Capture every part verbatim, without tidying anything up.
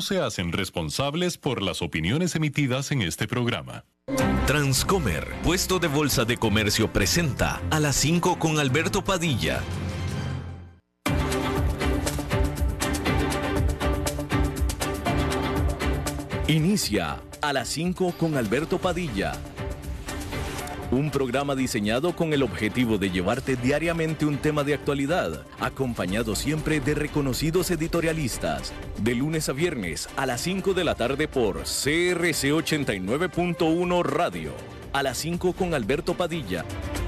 no se hacen responsables por las opiniones emitidas en este programa. Transcomer, puesto de bolsa de comercio, presenta a las cinco con Alberto Padilla. Inicia a las cinco con Alberto Padilla. Un programa diseñado con el objetivo de llevarte diariamente un tema de actualidad, acompañado siempre de reconocidos editorialistas. De lunes a viernes a las cinco de la tarde por C R C ochenta y nueve punto uno Radio. A las cinco con Alberto Padilla.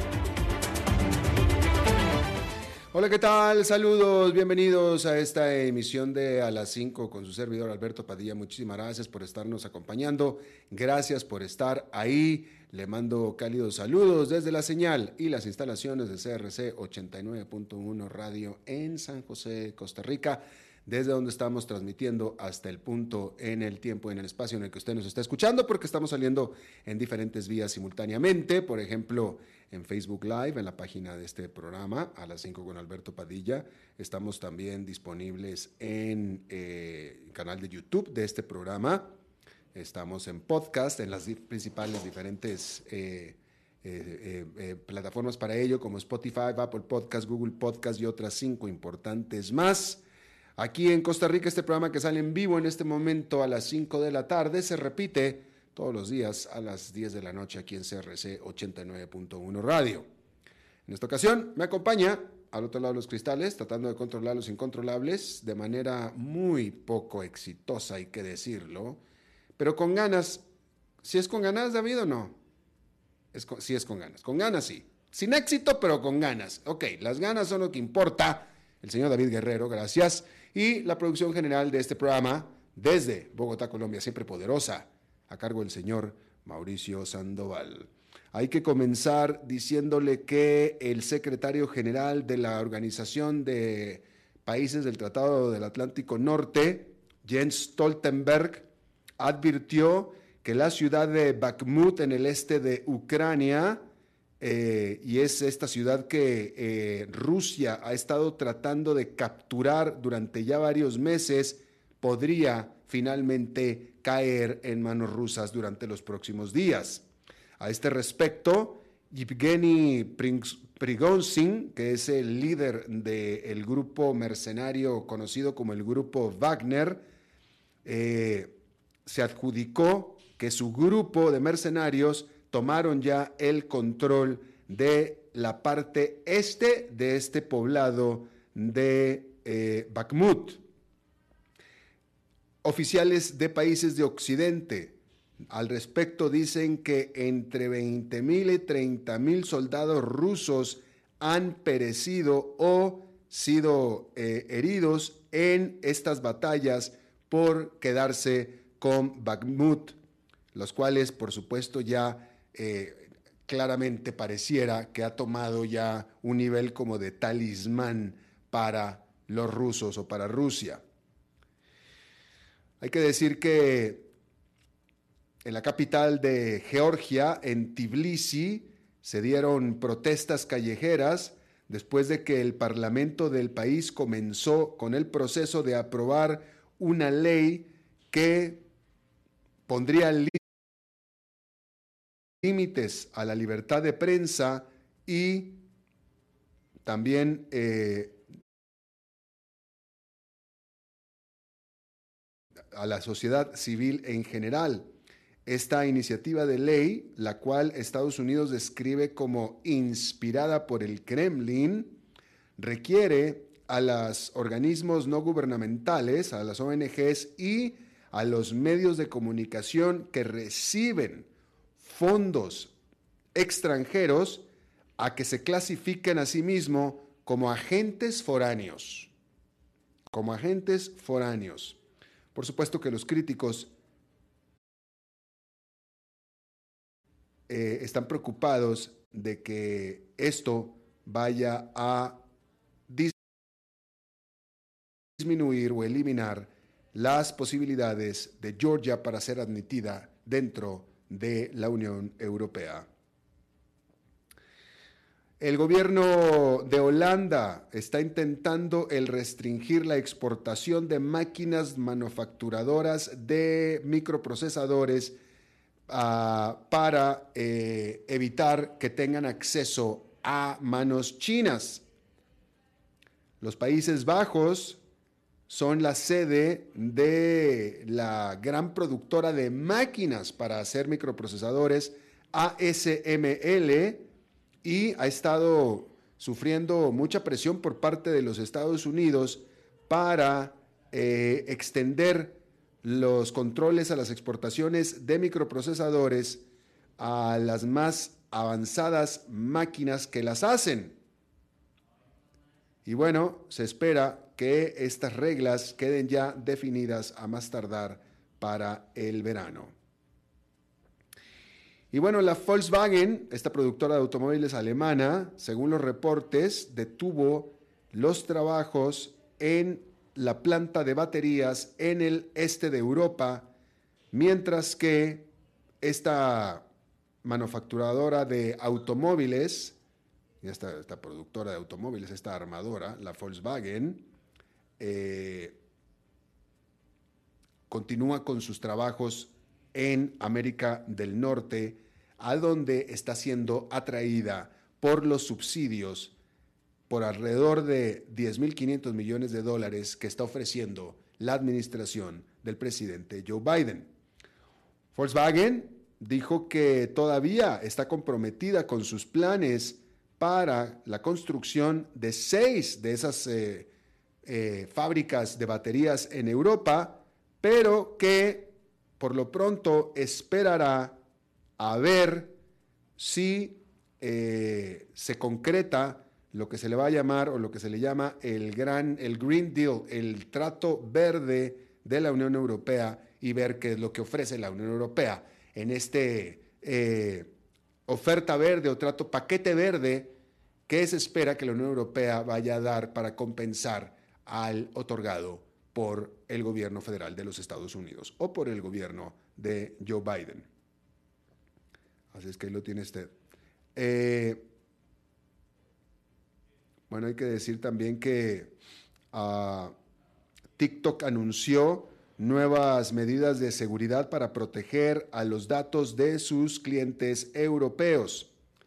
Hola, ¿qué tal? Saludos, bienvenidos a esta emisión de A las cinco con su servidor Alberto Padilla. Muchísimas gracias por estarnos acompañando, gracias por estar ahí. Le mando cálidos saludos desde la señal y las instalaciones de C R C ochenta y nueve punto uno Radio en San José, Costa Rica, desde donde estamos transmitiendo hasta el punto en el tiempo, en el espacio en el que usted nos está escuchando, porque estamos saliendo en diferentes vías simultáneamente, por ejemplo, en Facebook Live, en la página de este programa, A las cinco con Alberto Padilla. Estamos también disponibles en eh, el canal de YouTube de este programa. Estamos en podcast, en las di- principales diferentes eh, eh, eh, eh, plataformas para ello, como Spotify, Apple Podcast, Google Podcast y otras cinco importantes más. Aquí en Costa Rica, este programa que sale en vivo en este momento a las cinco de la tarde se repite todos los días a las diez de la noche aquí en C R C ochenta y nueve punto uno Radio. En esta ocasión me acompaña al otro lado de los cristales, tratando de controlar los incontrolables de manera muy poco exitosa, hay que decirlo, pero con ganas. ¿Si es con ganas, David, o no? Es con, sí es con ganas. Con ganas, sí. Sin éxito, pero con ganas. Ok, las ganas son lo que importa. El señor David Guerrero, gracias. Y la producción general de este programa, desde Bogotá, Colombia, siempre poderosa, a cargo del señor Mauricio Sandoval. Hay que comenzar diciéndole que el secretario general de la Organización de Países del Tratado del Atlántico Norte, Jens Stoltenberg, advirtió que la ciudad de Bakhmut, en el este de Ucrania, eh, y es esta ciudad que eh, Rusia ha estado tratando de capturar durante ya varios meses, podría finalmente caer en manos rusas durante los próximos días. A este respecto, Yevgeny Prigozhin, que es el líder del grupo mercenario conocido como el grupo Wagner, eh, se adjudicó que su grupo de mercenarios tomaron ya el control de la parte este de este poblado de eh, Bakhmut. Oficiales de países de Occidente al respecto dicen que entre veinte mil y treinta mil soldados rusos han perecido o sido eh, heridos en estas batallas por quedarse con Bakhmut, los cuales, por supuesto, ya eh, claramente pareciera que ha tomado ya un nivel como de talismán para los rusos o para Rusia. Hay que decir que en la capital de Georgia, en Tbilisi, se dieron protestas callejeras después de que el parlamento del país comenzó con el proceso de aprobar una ley que pondría límites a la libertad de prensa y también eh, a la sociedad civil en general. Esta iniciativa de ley, la cual Estados Unidos describe como inspirada por el Kremlin, requiere a los organismos no gubernamentales, a las O N Ges y a los medios de comunicación que reciben fondos extranjeros a que se clasifiquen a sí mismos como agentes foráneos. Como agentes foráneos. Por supuesto que los críticos eh, están preocupados de que esto vaya a disminuir o eliminar las posibilidades de Georgia para ser admitida dentro de la Unión Europea. El gobierno de Holanda está intentando el restringir la exportación de máquinas manufacturadoras de microprocesadores uh, para eh, evitar que tengan acceso a manos chinas. Los Países Bajos son la sede de la gran productora de máquinas para hacer microprocesadores A S M L, y ha estado sufriendo mucha presión por parte de los Estados Unidos para eh, extender los controles a las exportaciones de microprocesadores a las más avanzadas máquinas que las hacen. Y bueno, se espera que estas reglas queden ya definidas a más tardar para el verano. Y bueno, la Volkswagen, esta productora de automóviles alemana, según los reportes, detuvo los trabajos en la planta de baterías en el este de Europa, mientras que esta manufacturadora de automóviles, esta, esta productora de automóviles, esta armadora, la Volkswagen, eh, continúa con sus trabajos en América del Norte, a donde está siendo atraída por los subsidios por alrededor de diez mil quinientos millones de dólares que está ofreciendo la administración del presidente Joe Biden. Volkswagen dijo que todavía está comprometida con sus planes para la construcción de seis de esas eh, eh, fábricas de baterías en Europa, pero que por lo pronto esperará a ver si eh, se concreta lo que se le va a llamar o lo que se le llama el gran, el Green Deal, el trato verde de la Unión Europea, y ver qué es lo que ofrece la Unión Europea en este eh, oferta verde o trato paquete verde que se espera que la Unión Europea vaya a dar para compensar al otorgado por el gobierno federal de los Estados Unidos o por el gobierno de Joe Biden. Así es que ahí lo tiene usted. Eh, bueno, hay que decir también que uh, TikTok anunció nuevas medidas de seguridad para proteger a los datos de sus clientes europeos.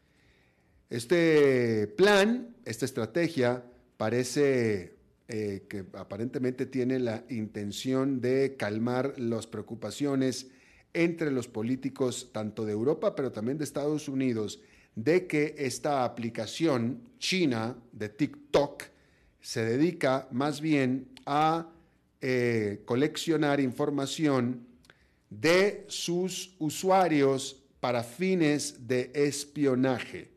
Este plan, esta estrategia, parece eh, que aparentemente tiene la intención de calmar las preocupaciones entre los políticos tanto de Europa, pero también de Estados Unidos, de que esta aplicación china de TikTok se dedica más bien a eh, coleccionar información de sus usuarios para fines de espionaje.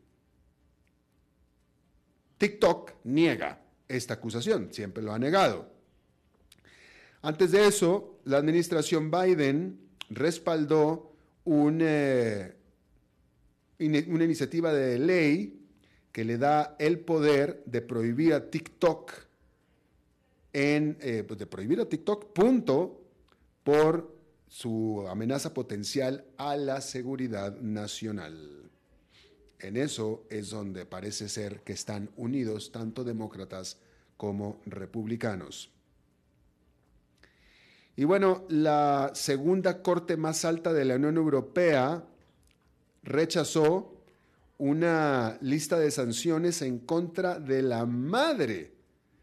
TikTok niega esta acusación, siempre lo ha negado. Antes de eso, la administración Biden respaldó un, eh, una iniciativa de ley que le da el poder de prohibir a TikTok, en, eh, pues de prohibir a TikTok, punto, por su amenaza potencial a la seguridad nacional. En eso es donde parece ser que están unidos tanto demócratas como republicanos. Y bueno, la segunda corte más alta de la Unión Europea rechazó una lista de sanciones en contra de la madre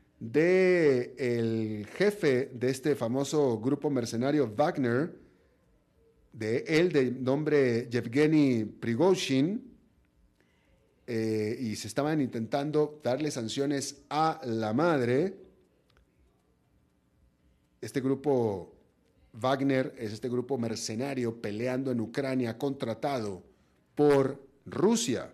del jefe de este famoso grupo mercenario Wagner, de él de nombre Yevgeny Prigozhin, eh, y se estaban intentando darle sanciones a la madre. Este grupo Wagner es este grupo mercenario peleando en Ucrania, contratado por Rusia,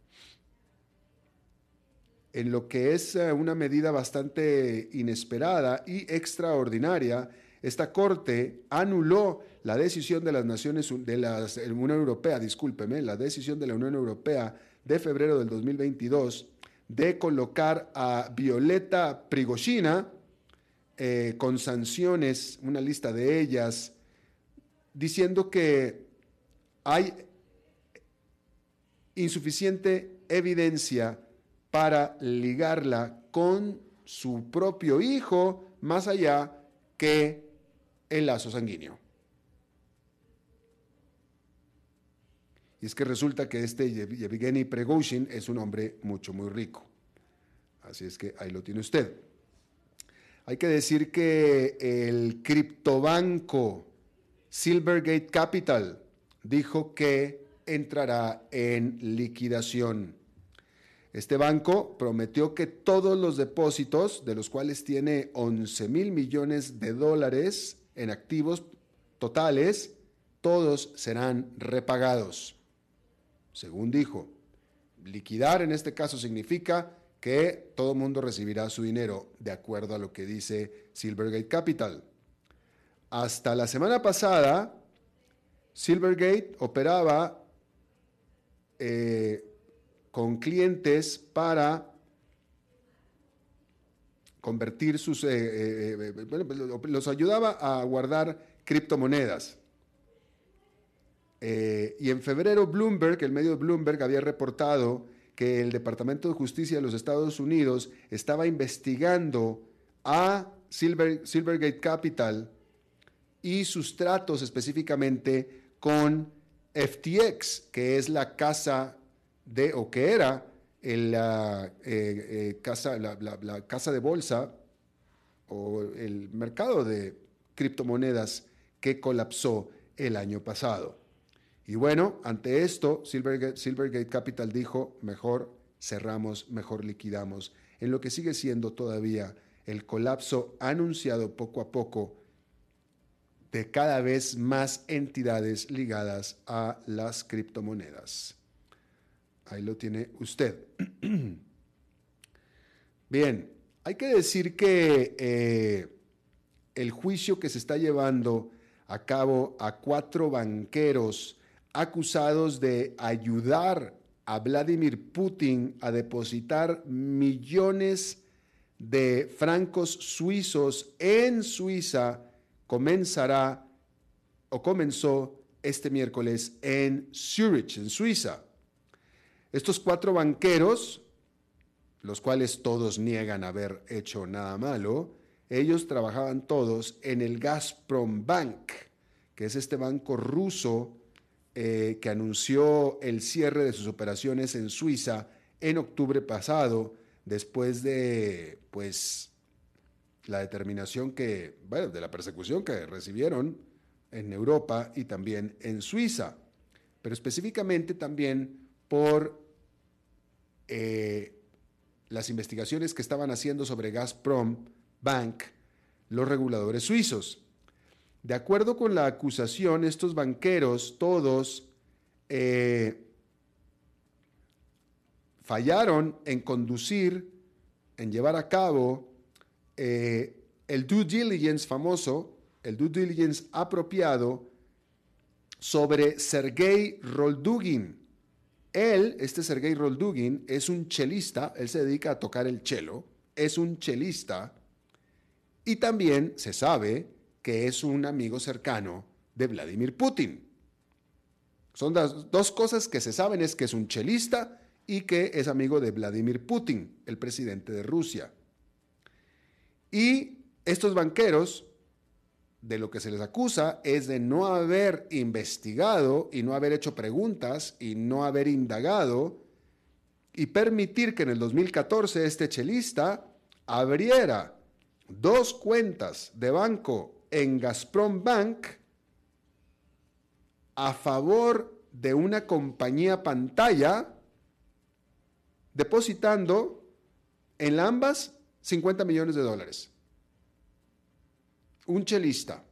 en lo que es una medida bastante inesperada y extraordinaria. Esta corte anuló la decisión de las Naciones de la Unión Europea, discúlpeme, la decisión de la Unión Europea de febrero del dos mil veintidós de colocar a Violeta Prigozhina eh, con sanciones, una lista de ellas, diciendo que hay insuficiente evidencia para ligarla con su propio hijo, más allá que el lazo sanguíneo. Y es que resulta que este Yevgeny Prigozhin es un hombre mucho, muy rico. Así es que ahí lo tiene usted. Hay que decir que el criptobanco Silvergate Capital dijo que entrará en liquidación. Este banco prometió que todos los depósitos, de los cuales tiene once mil millones de dólares en activos totales, todos serán repagados. Según dijo, liquidar en este caso significa que todo el mundo recibirá su dinero, de acuerdo a lo que dice Silvergate Capital. Hasta la semana pasada, Silvergate operaba eh, con clientes para convertir sus... Eh, eh, eh, bueno, los ayudaba a guardar criptomonedas. Eh, y en febrero Bloomberg, el medio de Bloomberg, había reportado que el Departamento de Justicia de los Estados Unidos estaba investigando a Silver, Silvergate Capital y sus tratos específicamente con F T X, que es la casa de, o que era el, uh, eh, eh, casa, la, la, la casa de bolsa o el mercado de criptomonedas que colapsó el año pasado. Y bueno, ante esto, Silvergate, Silvergate Capital dijo, mejor cerramos, mejor liquidamos, en lo que sigue siendo todavía el colapso anunciado poco a poco de cada vez más entidades ligadas a las criptomonedas. Ahí lo tiene usted. Bien, hay que decir que eh, el juicio que se está llevando a cabo a cuatro banqueros acusados de ayudar a Vladimir Putin a depositar millones de francos suizos en Suiza, comenzará o comenzó este miércoles en Zurich, en Suiza. Estos cuatro banqueros, los cuales todos niegan haber hecho nada malo, ellos trabajaban todos en el Gazprom Bank, que es este banco ruso eh, que anunció el cierre de sus operaciones en Suiza en octubre pasado, después de, pues, la determinación que, bueno, de la persecución que recibieron en Europa y también en Suiza, pero específicamente también por eh, las investigaciones que estaban haciendo sobre Gazprom Bank los reguladores suizos. De acuerdo con la acusación, estos banqueros todos eh, fallaron en conducir, en llevar a cabo eh, el due diligence famoso, el due diligence apropiado sobre Sergei Roldugin. Él, este Sergei Roldugin, es un chelista, él se dedica a tocar el chelo, es un chelista y también se sabe que es un amigo cercano de Vladimir Putin. Son las dos cosas que se saben, es que es un chelista y que es amigo de Vladimir Putin, el presidente de Rusia. Y estos banqueros, de lo que se les acusa es de no haber investigado y no haber hecho preguntas y no haber indagado y permitir que en el dos mil catorce este chelista abriera dos cuentas de banco en Gazprom Bank a favor de una compañía pantalla, depositando en ambas cincuenta millones de dólares. Un chelista.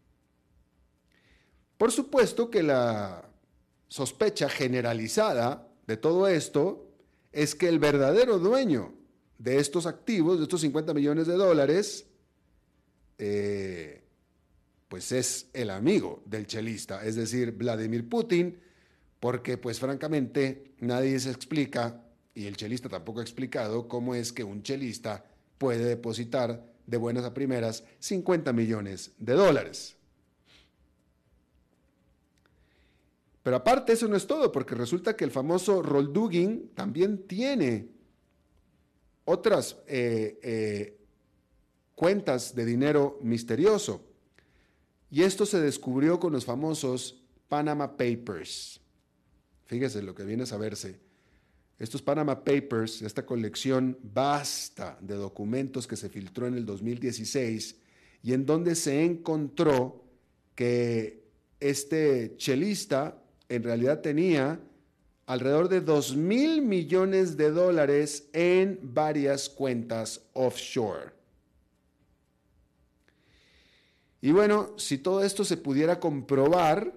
Por supuesto que la sospecha generalizada de todo esto es que el verdadero dueño de estos activos, de estos cincuenta millones de dólares, eh, pues es el amigo del chelista, es decir, Vladimir Putin, porque pues francamente nadie se explica, y el chelista tampoco ha explicado, cómo es que un chelista puede depositar de buenas a primeras cincuenta millones de dólares. Pero aparte eso no es todo, porque resulta que el famoso Roldugin también tiene otras eh, eh, cuentas de dinero misterioso. Y esto se descubrió con los famosos Panama Papers. Fíjese lo que viene a saberse. Estos Panama Papers, esta colección vasta de documentos que se filtró en el dos mil dieciséis y en donde se encontró que este chelista en realidad tenía alrededor de dos mil millones de dólares en varias cuentas offshore. Y bueno, si todo esto se pudiera comprobar,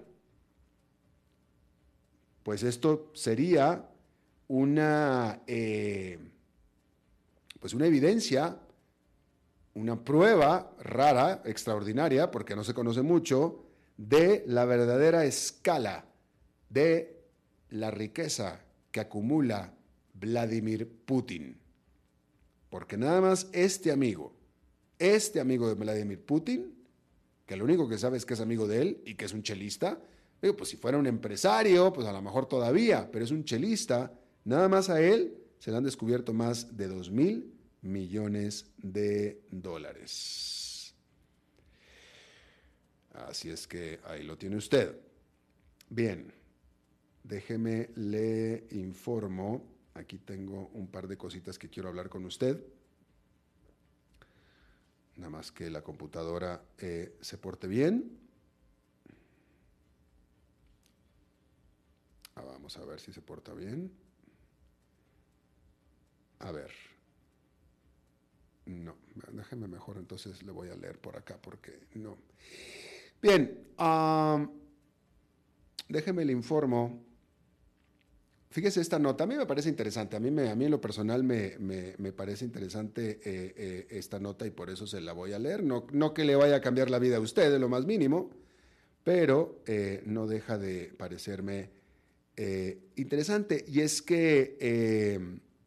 pues esto sería una, eh, pues una evidencia, una prueba rara, extraordinaria, porque no se conoce mucho, de la verdadera escala de la riqueza que acumula Vladimir Putin. Porque nada más este amigo, este amigo de Vladimir Putin, que lo único que sabe es que es amigo de él y que es un chelista, digo, pues si fuera un empresario, pues a lo mejor todavía, pero es un chelista, nada más a él se le han descubierto más de dos mil millones de dólares. Así es que ahí lo tiene usted. Bien, déjeme le informo, aquí tengo un par de cositas que quiero hablar con usted. Nada más que la computadora eh, se porte bien. Ah, vamos a ver si se porta bien. A ver. No, déjeme mejor, entonces le voy a leer por acá porque no. Bien, um, déjeme le informo. Fíjese esta nota, a mí me parece interesante, a mí, me, a mí en lo personal me, me, me parece interesante eh, eh, esta nota y por eso se la voy a leer. No, no que le vaya a cambiar la vida a usted, de lo más mínimo, pero eh, no deja de parecerme eh, interesante. Y es que eh,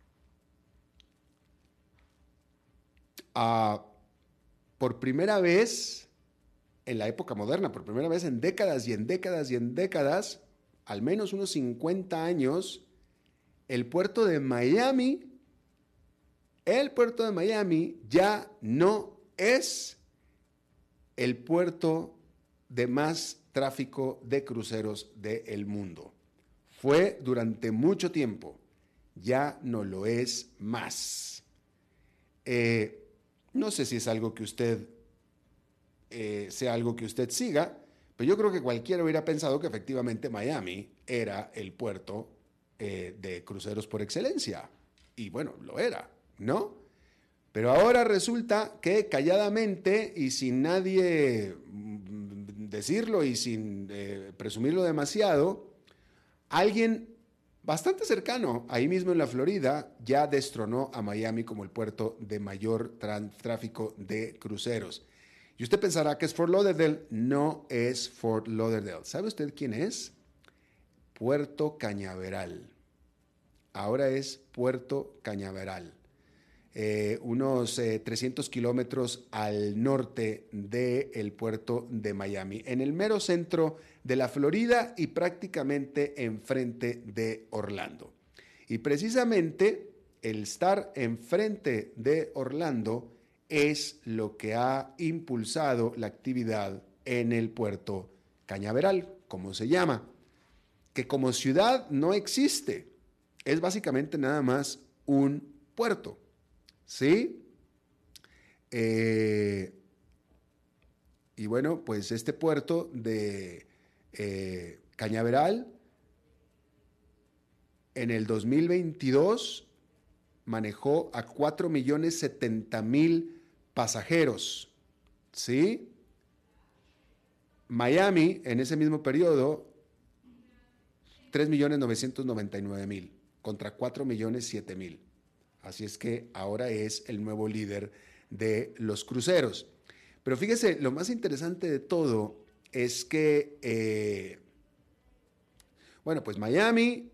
a, por primera vez en la época moderna, por primera vez en décadas y en décadas y en décadas, al menos unos cincuenta años, el puerto de Miami, el puerto de Miami ya no es el puerto de más tráfico de cruceros del mundo. Fue durante mucho tiempo, ya no lo es más. Eh, no sé si es algo que usted, eh, sea algo que usted siga, pero yo creo que cualquiera hubiera pensado que efectivamente Miami era el puerto eh, de cruceros por excelencia. Y bueno, lo era, ¿no? Pero ahora resulta que calladamente y sin nadie decirlo y sin eh, presumirlo demasiado, alguien bastante cercano, ahí mismo en la Florida, ya destronó a Miami como el puerto de mayor tráfico de cruceros. Y usted pensará que es Fort Lauderdale. No es Fort Lauderdale. ¿Sabe usted quién es? Puerto Cañaveral. Ahora es Puerto Cañaveral. Eh, unos eh, trescientos kilómetros al norte del puerto de Miami, en el mero centro de la Florida y prácticamente enfrente de Orlando. Y precisamente el estar enfrente de Orlando es lo que ha impulsado la actividad en el puerto Cañaveral, como se llama, que como ciudad no existe, es básicamente nada más un puerto, ¿sí? Eh, y bueno, pues este puerto de eh, Cañaveral en el dos mil veintidós manejó a cuatro millones setenta mil pasajeros, ¿sí? Miami, en ese mismo periodo, tres millones novecientos noventa y nueve mil contra cuatro millones siete mil. Así es que ahora es el nuevo líder de los cruceros. Pero fíjese, lo más interesante de todo es que, eh, bueno, pues Miami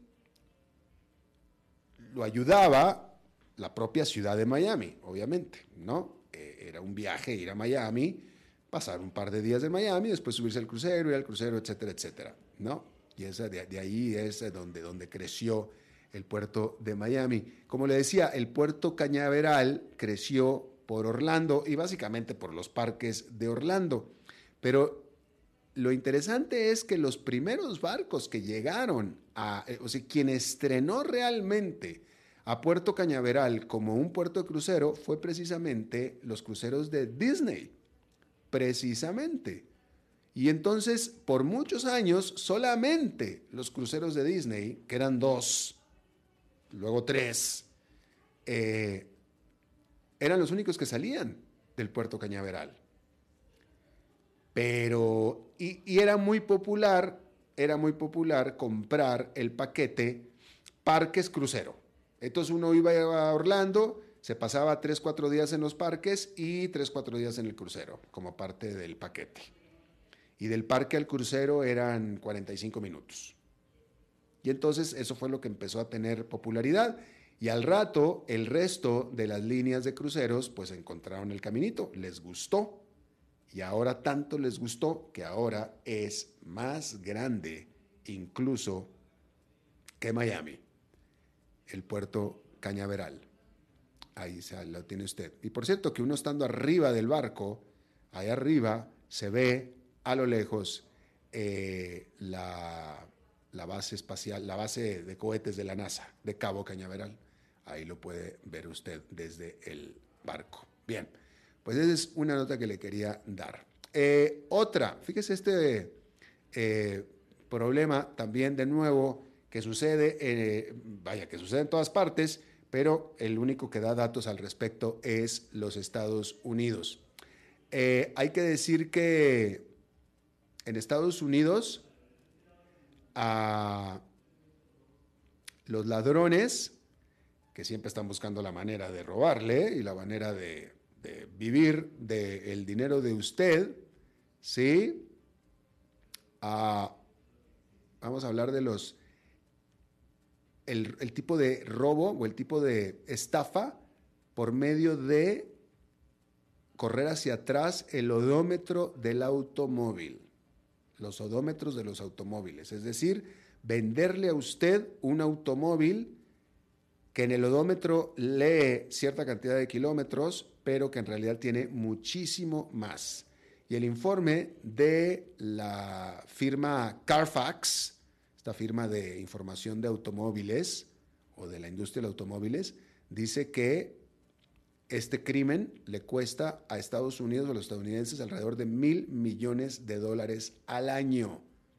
lo ayudaba la propia ciudad de Miami, obviamente, ¿no? Era un viaje ir a Miami, pasar un par de días en Miami, después subirse al crucero, ir al crucero, etcétera, etcétera, ¿no? Y esa, de, de ahí es donde, donde creció el puerto de Miami. Como le decía, el puerto Cañaveral creció por Orlando y básicamente por los parques de Orlando. Pero lo interesante es que los primeros barcos que llegaron a, o sea, quien estrenó realmente a Puerto Cañaveral como un puerto de crucero fue precisamente los cruceros de Disney, precisamente. Y entonces, por muchos años, solamente los cruceros de Disney, que eran dos, luego tres, eh, eran los únicos que salían del puerto Cañaveral. Pero, y, y era muy popular, era muy popular comprar el paquete Parques Crucero. Entonces uno iba a Orlando, se pasaba tres, cuatro días en los parques y tres, cuatro días en el crucero, como parte del paquete. Y del parque al crucero eran cuarenta y cinco minutos. Y entonces eso fue lo que empezó a tener popularidad. Y al rato, el resto de las líneas de cruceros, pues encontraron el caminito, les gustó. Y ahora tanto les gustó que ahora es más grande incluso que Miami, el puerto Cañaveral. Ahí se lo tiene usted. Y por cierto que uno estando arriba del barco, ahí arriba se ve a lo lejos eh, la, la base espacial, la base de cohetes de la NASA, de Cabo Cañaveral. Ahí lo puede ver usted desde el barco. Bien, pues esa es una nota que le quería dar. Eh, otra, fíjese este eh, problema también de nuevo que sucede, eh, vaya, que sucede en todas partes, pero el único que da datos al respecto es los Estados Unidos. Eh, hay que decir que en Estados Unidos a los ladrones, que siempre están buscando la manera de robarle y la manera de, de vivir del dinero de usted, ¿sí? A, vamos a hablar de los, el, el tipo de robo o el tipo de estafa por medio de correr hacia atrás el odómetro del automóvil, los odómetros de los automóviles, es decir, venderle a usted un automóvil que en el odómetro lee cierta cantidad de kilómetros, pero que en realidad tiene muchísimo más. Y el informe de la firma Carfax, esta firma de información de automóviles o de la industria de automóviles, dice que este crimen le cuesta a Estados Unidos, a los estadounidenses, alrededor de mil millones de dólares al año.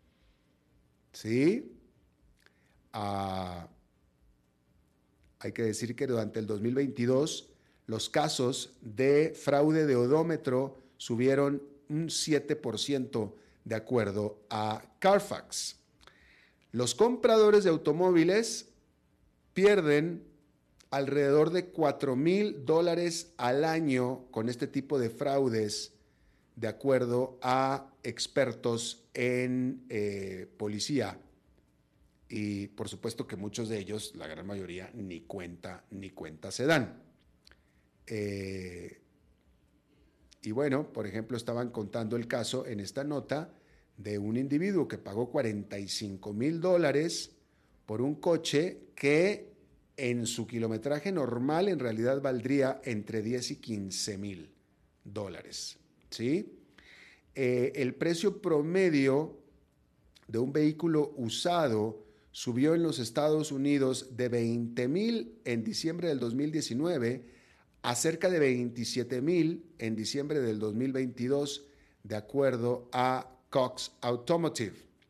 ¿Sí? Ah, hay que decir que durante el dos mil veintidós los casos de fraude de odómetro subieron un siete por ciento de acuerdo a Carfax. Los compradores de automóviles pierden alrededor de cuatro mil dólares al año con este tipo de fraudes, de acuerdo a expertos en eh, policía. Y por supuesto que muchos de ellos, la gran mayoría, ni cuenta, ni cuenta se dan. Eh, y bueno, por ejemplo, estaban contando el caso en esta nota de un individuo que pagó cuarenta y cinco mil dólares por un coche que en su kilometraje normal en realidad valdría entre diez y quince mil dólares. ¿Sí? Eh, el precio promedio de un vehículo usado subió en los Estados Unidos de veinte mil en diciembre del dos mil diecinueve a cerca de veintisiete mil en diciembre del dos mil veintidós, de acuerdo a Cox Automotive.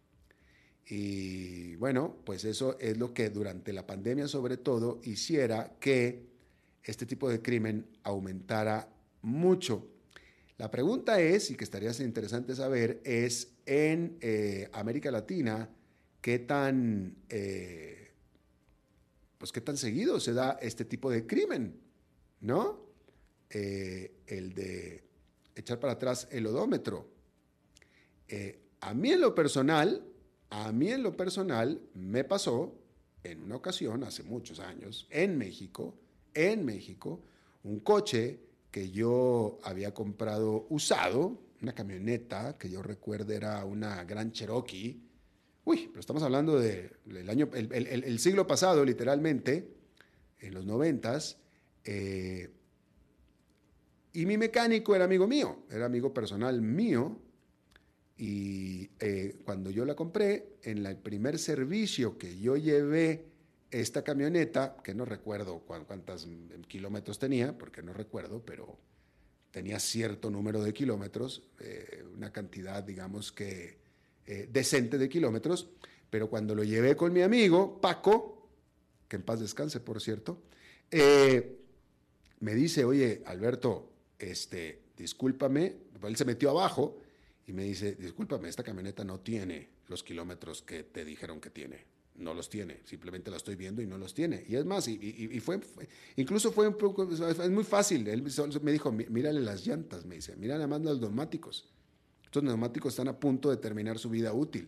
Y bueno, pues eso es lo que durante la pandemia sobre todo hiciera que este tipo de crimen aumentara mucho. La pregunta es, y que estaría interesante saber, es en eh, América Latina, ¿qué tan, eh, pues qué tan seguido se da este tipo de crimen? ¿No? Eh, el de echar para atrás el odómetro. Eh, a mí en lo personal, a mí en lo personal me pasó en una ocasión, hace muchos años, en México, en México, un coche que yo había comprado usado, una camioneta que yo recuerdo era una Gran Cherokee, Uy, pero estamos hablando del de año, el, el, el siglo pasado, literalmente, en los noventas, eh, y mi mecánico era amigo mío, era amigo personal mío, y eh, cuando yo la compré, en la, el primer servicio que yo llevé esta camioneta, que no recuerdo cuántos kilómetros tenía, porque no recuerdo, pero tenía cierto número de kilómetros, eh, una cantidad, digamos que eh, decente de kilómetros, pero cuando lo llevé con mi amigo, Paco, que en paz descanse, por cierto, eh, me dice, oye, Alberto, este, discúlpame, él se metió abajo y me dice, discúlpame, esta camioneta no tiene los kilómetros que te dijeron que tiene. No los tiene, simplemente la estoy viendo y no los tiene. Y es más, y, y, y fue, fue, incluso fue un poco, es muy fácil. Él me dijo, mírale las llantas, me dice, mira nada más los neumáticos. Estos neumáticos están a punto de terminar su vida útil.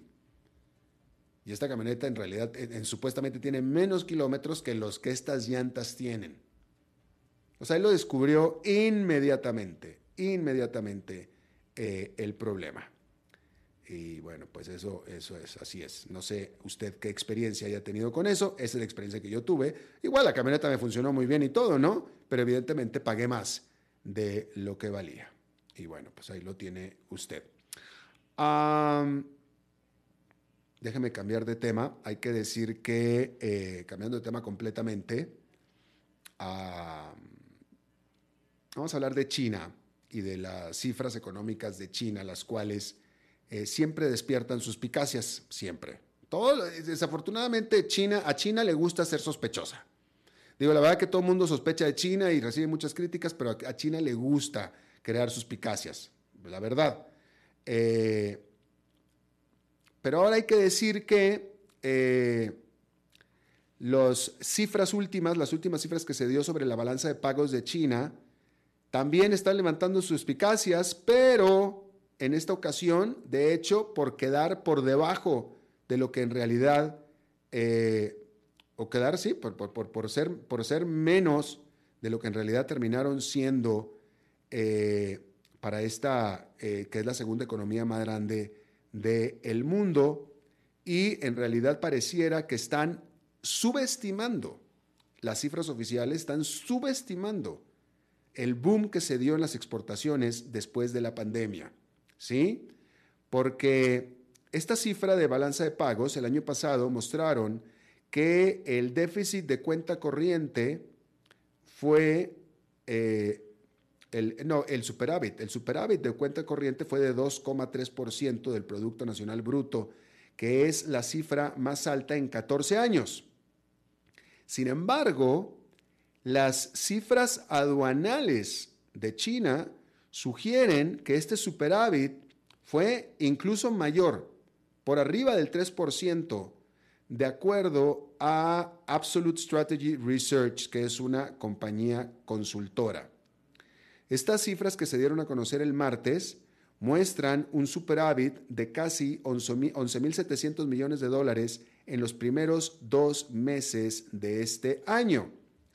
Y esta camioneta en realidad, en, en, supuestamente tiene menos kilómetros que los que estas llantas tienen. O sea, él lo descubrió inmediatamente, inmediatamente eh, el problema. Y bueno, pues eso, eso es, así es. No sé usted qué experiencia haya tenido con eso. Esa es la experiencia que yo tuve. Igual la camioneta me funcionó muy bien y todo, ¿no? Pero evidentemente pagué más de lo que valía. Y bueno, pues ahí lo tiene usted. Um, déjeme cambiar de tema. Hay que decir que, eh, cambiando de tema completamente, uh, vamos a hablar de China y de las cifras económicas de China, las cuales Eh, siempre despiertan suspicacias, siempre. Todo, desafortunadamente, China, a China le gusta ser sospechosa. Digo, la verdad que todo el mundo sospecha de China y recibe muchas críticas, pero a, a China le gusta crear suspicacias, la verdad. Eh, pero ahora hay que decir que eh, las cifras últimas, las últimas cifras que se dio sobre la balanza de pagos de China, también están levantando suspicacias, pero en esta ocasión, de hecho, por quedar por debajo de lo que en realidad, eh, o quedar, sí, por, por, por, por, ser, por ser menos de lo que en realidad terminaron siendo eh, para esta, eh, que es la segunda economía más grande del mundo, y en realidad pareciera que están subestimando, las cifras oficiales están subestimando el boom que se dio en las exportaciones después de la pandemia. ¿Sí? Porque esta cifra de balanza de pagos el año pasado mostraron que el déficit de cuenta corriente fue, eh, el, no, el superávit, el superávit de cuenta corriente fue de dos coma tres por ciento del Producto Nacional Bruto, que es la cifra más alta en catorce años. Sin embargo, las cifras aduanales de China sugieren que este superávit fue incluso mayor, por arriba del tres por ciento, de acuerdo a Absolute Strategy Research, que es una compañía consultora. Estas cifras que se dieron a conocer el martes muestran un superávit de casi once mil setecientos millones de dólares en los primeros dos meses de este año.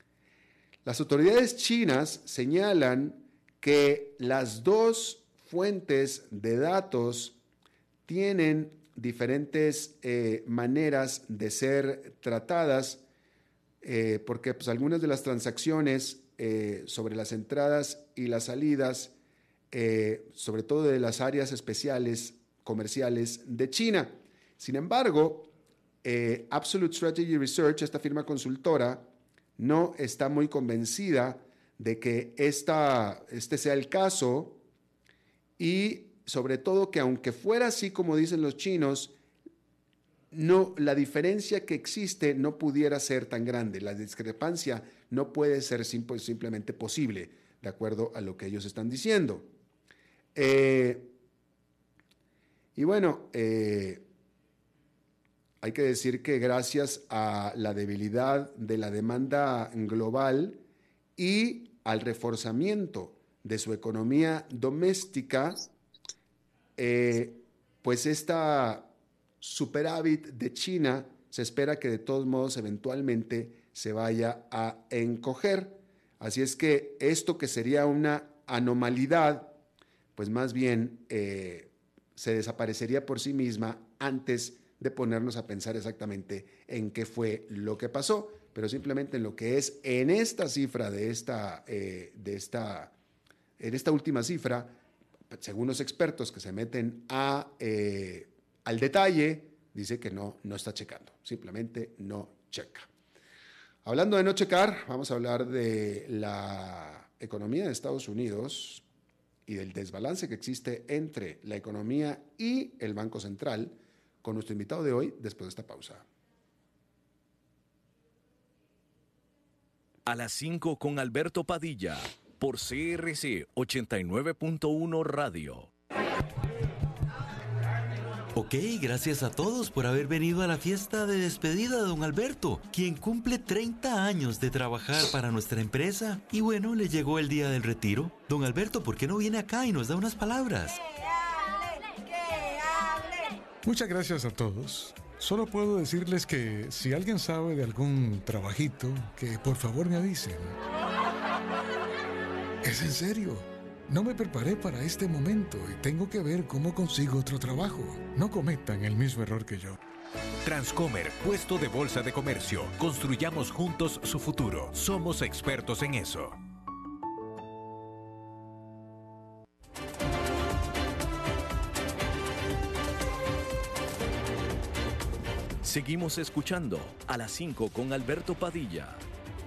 Las autoridades chinas señalan que las dos fuentes de datos tienen diferentes eh, maneras de ser tratadas, eh, porque pues, algunas de las transacciones eh, sobre las entradas y las salidas, eh, sobre todo de las áreas especiales comerciales de China. Sin embargo, eh, Absolute Strategy Research, esta firma consultora, no está muy convencida de que esta, este sea el caso, y sobre todo que aunque fuera así como dicen los chinos, no, la diferencia que existe no pudiera ser tan grande, la discrepancia no puede ser simple, simplemente posible, de acuerdo a lo que ellos están diciendo. Eh, y bueno, eh, hay que decir que gracias a la debilidad de la demanda global y al reforzamiento de su economía doméstica, eh, pues esta superávit de China se espera que de todos modos eventualmente se vaya a encoger. Así es que esto que sería una anomalidad, pues más bien eh, se desaparecería por sí misma antes de ponernos a pensar exactamente en qué fue lo que pasó, pero simplemente en lo que es en esta cifra de esta, eh, de esta, en esta última cifra, según los expertos que se meten a, eh, al detalle, dice que no, no está checando, simplemente no checa. Hablando de no checar, vamos a hablar de la economía de Estados Unidos y del desbalance que existe entre la economía y el Banco Central, con nuestro invitado de hoy después de esta pausa. A las cinco con Alberto Padilla, por C R C ochenta y nueve punto uno Radio. Ok, gracias a todos por haber venido a la fiesta de despedida de don Alberto, quien cumple treinta años de trabajar para nuestra empresa. Y bueno, le llegó el día del retiro. Don Alberto, ¿por qué no viene acá y nos da unas palabras? ¡Que hable! ¡Que hable! Muchas gracias a todos. Solo puedo decirles que si alguien sabe de algún trabajito, que por favor me avisen. Es en serio. No me preparé para este momento y tengo que ver cómo consigo otro trabajo. No cometan el mismo error que yo. Transcomer, puesto de bolsa de comercio. Construyamos juntos su futuro. Somos expertos en eso. Seguimos escuchando a las cinco con Alberto Padilla.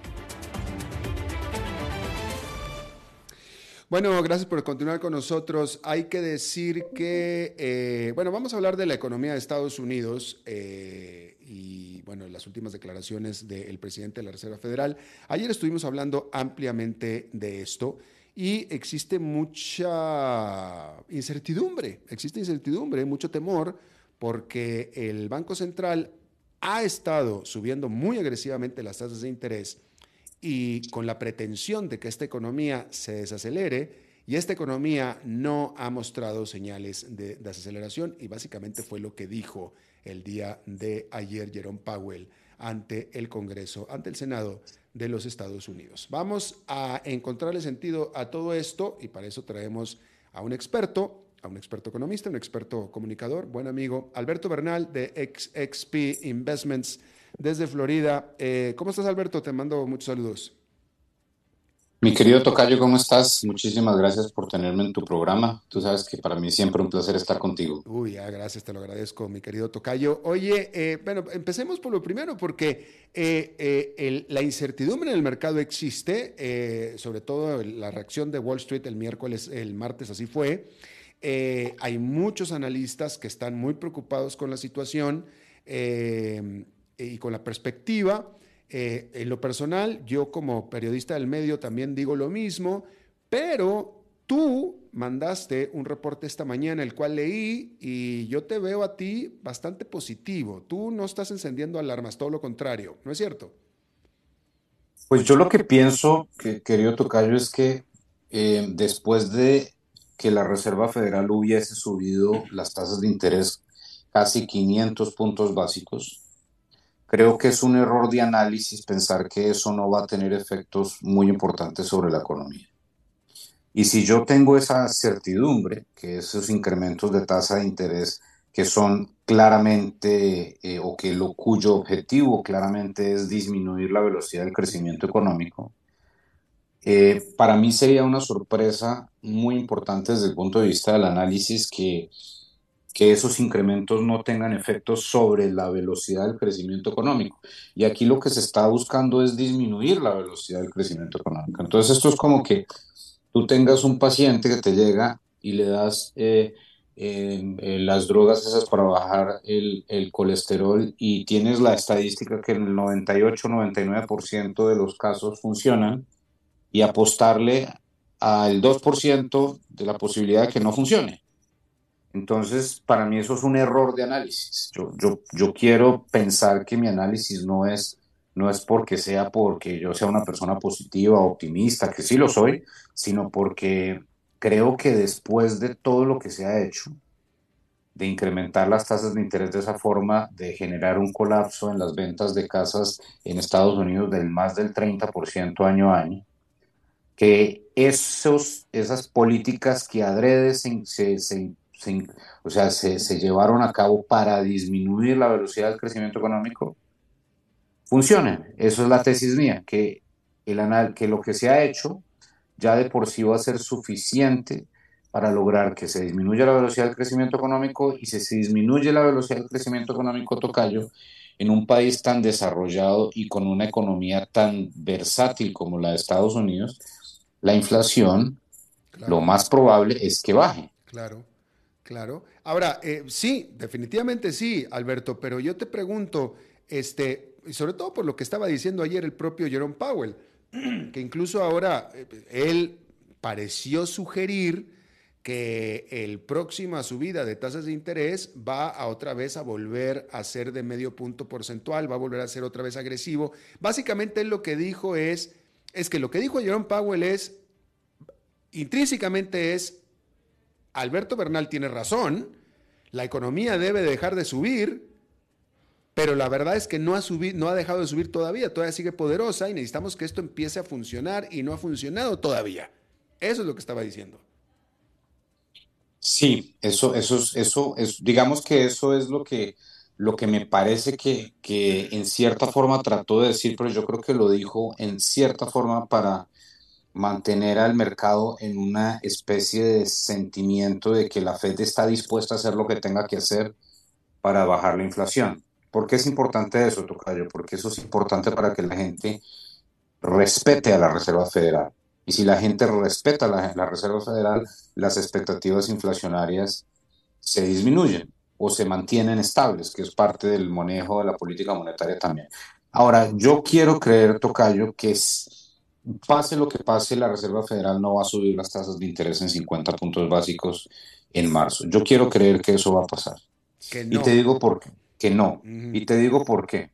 Bueno, gracias por continuar con nosotros. Hay que decir que, eh, bueno, vamos a hablar de la economía de Estados Unidos eh, y, bueno, las últimas declaraciones del presidente de la Reserva Federal. Ayer estuvimos hablando ampliamente de esto y existe mucha incertidumbre, existe incertidumbre, mucho temor, porque el Banco Central ha estado subiendo muy agresivamente las tasas de interés y con la pretensión de que esta economía se desacelere, y esta economía no ha mostrado señales de desaceleración, y básicamente fue lo que dijo el día de ayer Jerome Powell ante el Congreso, ante el Senado de los Estados Unidos. Vamos a encontrarle sentido a todo esto y para eso traemos a un experto, a un experto economista, un experto comunicador, buen amigo, Alberto Bernal de X X P Investments desde Florida. Eh, ¿Cómo estás, Alberto? Te mando muchos saludos. Mi querido Tocayo, ¿cómo estás? Muchísimas gracias por tenerme en tu programa. Tú sabes que para mí es siempre un placer estar contigo. Uy, ya, gracias, te lo agradezco, mi querido Tocayo. Oye, eh, bueno, empecemos por lo primero, porque eh, eh, el, la incertidumbre en el mercado existe, eh, sobre todo la reacción de Wall Street el miércoles, el martes así fue. Eh, hay muchos analistas que están muy preocupados con la situación, eh, y con la perspectiva. Eh, en lo personal, yo como periodista del medio también digo lo mismo, pero tú mandaste un reporte esta mañana, el cual leí, y yo te veo a ti bastante positivo. Tú no estás encendiendo alarmas, todo lo contrario, ¿no es cierto? Pues yo lo que pienso, que, querido Tocayo, es que eh, después de que la Reserva Federal hubiese subido las tasas de interés casi quinientos puntos básicos, creo que es un error de análisis pensar que eso no va a tener efectos muy importantes sobre la economía. Y si yo tengo esa certidumbre, que esos incrementos de tasa de interés que son claramente, eh, o que lo cuyo objetivo claramente es disminuir la velocidad del crecimiento económico, eh, para mí sería una sorpresa muy importante desde el punto de vista del análisis que que esos incrementos no tengan efectos sobre la velocidad del crecimiento económico. Y aquí lo que se está buscando es disminuir la velocidad del crecimiento económico. Entonces esto es como que tú tengas un paciente que te llega y le das eh, eh, eh, las drogas esas para bajar el, el colesterol y tienes la estadística que en el noventa y ocho noventa y nueve por ciento de los casos funcionan, y apostarle al dos por ciento de la posibilidad de que no funcione. Entonces, para mí eso es un error de análisis. Yo, yo, yo quiero pensar que mi análisis no es, no es porque sea porque yo sea una persona positiva, optimista, que sí lo soy, sino porque creo que después de todo lo que se ha hecho, de incrementar las tasas de interés de esa forma, de generar un colapso en las ventas de casas en Estados Unidos del más del treinta por ciento año a año, que esos, esas políticas que adrede se, se, se se, o sea, se, se llevaron a cabo para disminuir la velocidad del crecimiento económico, funcionen. Eso es la tesis mía, que, el anal, que lo que se ha hecho ya de por sí va a ser suficiente para lograr que se disminuya la velocidad del crecimiento económico, y si se disminuye la velocidad del crecimiento económico, tocayo, en un país tan desarrollado y con una economía tan versátil como la de Estados Unidos, la inflación, Claro. lo más probable es que baje. Claro, claro. Ahora, eh, sí, definitivamente sí, Alberto, pero yo te pregunto, este, y sobre todo por lo que estaba diciendo ayer el propio Jerome Powell, que incluso ahora eh, él pareció sugerir que el próxima subida de tasas de interés va a otra vez a volver a ser de medio punto porcentual, va a volver a ser otra vez agresivo. Básicamente él lo que dijo es, es que lo que dijo Jerome Powell es, intrínsecamente es, Alberto Bernal tiene razón, la economía debe dejar de subir, pero la verdad es que no ha, subido, no ha dejado de subir todavía, todavía sigue poderosa y necesitamos que esto empiece a funcionar y no ha funcionado todavía. Eso es lo que estaba diciendo. Sí, eso, eso, es- eso, es, digamos que eso es lo que, lo que me parece que, que en cierta forma trató de decir, pero yo creo que lo dijo en cierta forma para mantener al mercado en una especie de sentimiento de que la Fed está dispuesta a hacer lo que tenga que hacer para bajar la inflación. ¿Por qué es importante eso, tocayo? Porque eso es importante para que la gente respete a la Reserva Federal. Y si la gente respeta la, la Reserva Federal, las expectativas inflacionarias se disminuyen o se mantienen estables, que es parte del manejo de la política monetaria también. Ahora, yo quiero creer, tocayo, que es, pase lo que pase, la Reserva Federal no va a subir las tasas de interés en cincuenta puntos básicos en marzo. Yo quiero creer que eso va a pasar. Que Y te no. digo por qué, que no. Ujú. Y te digo por qué.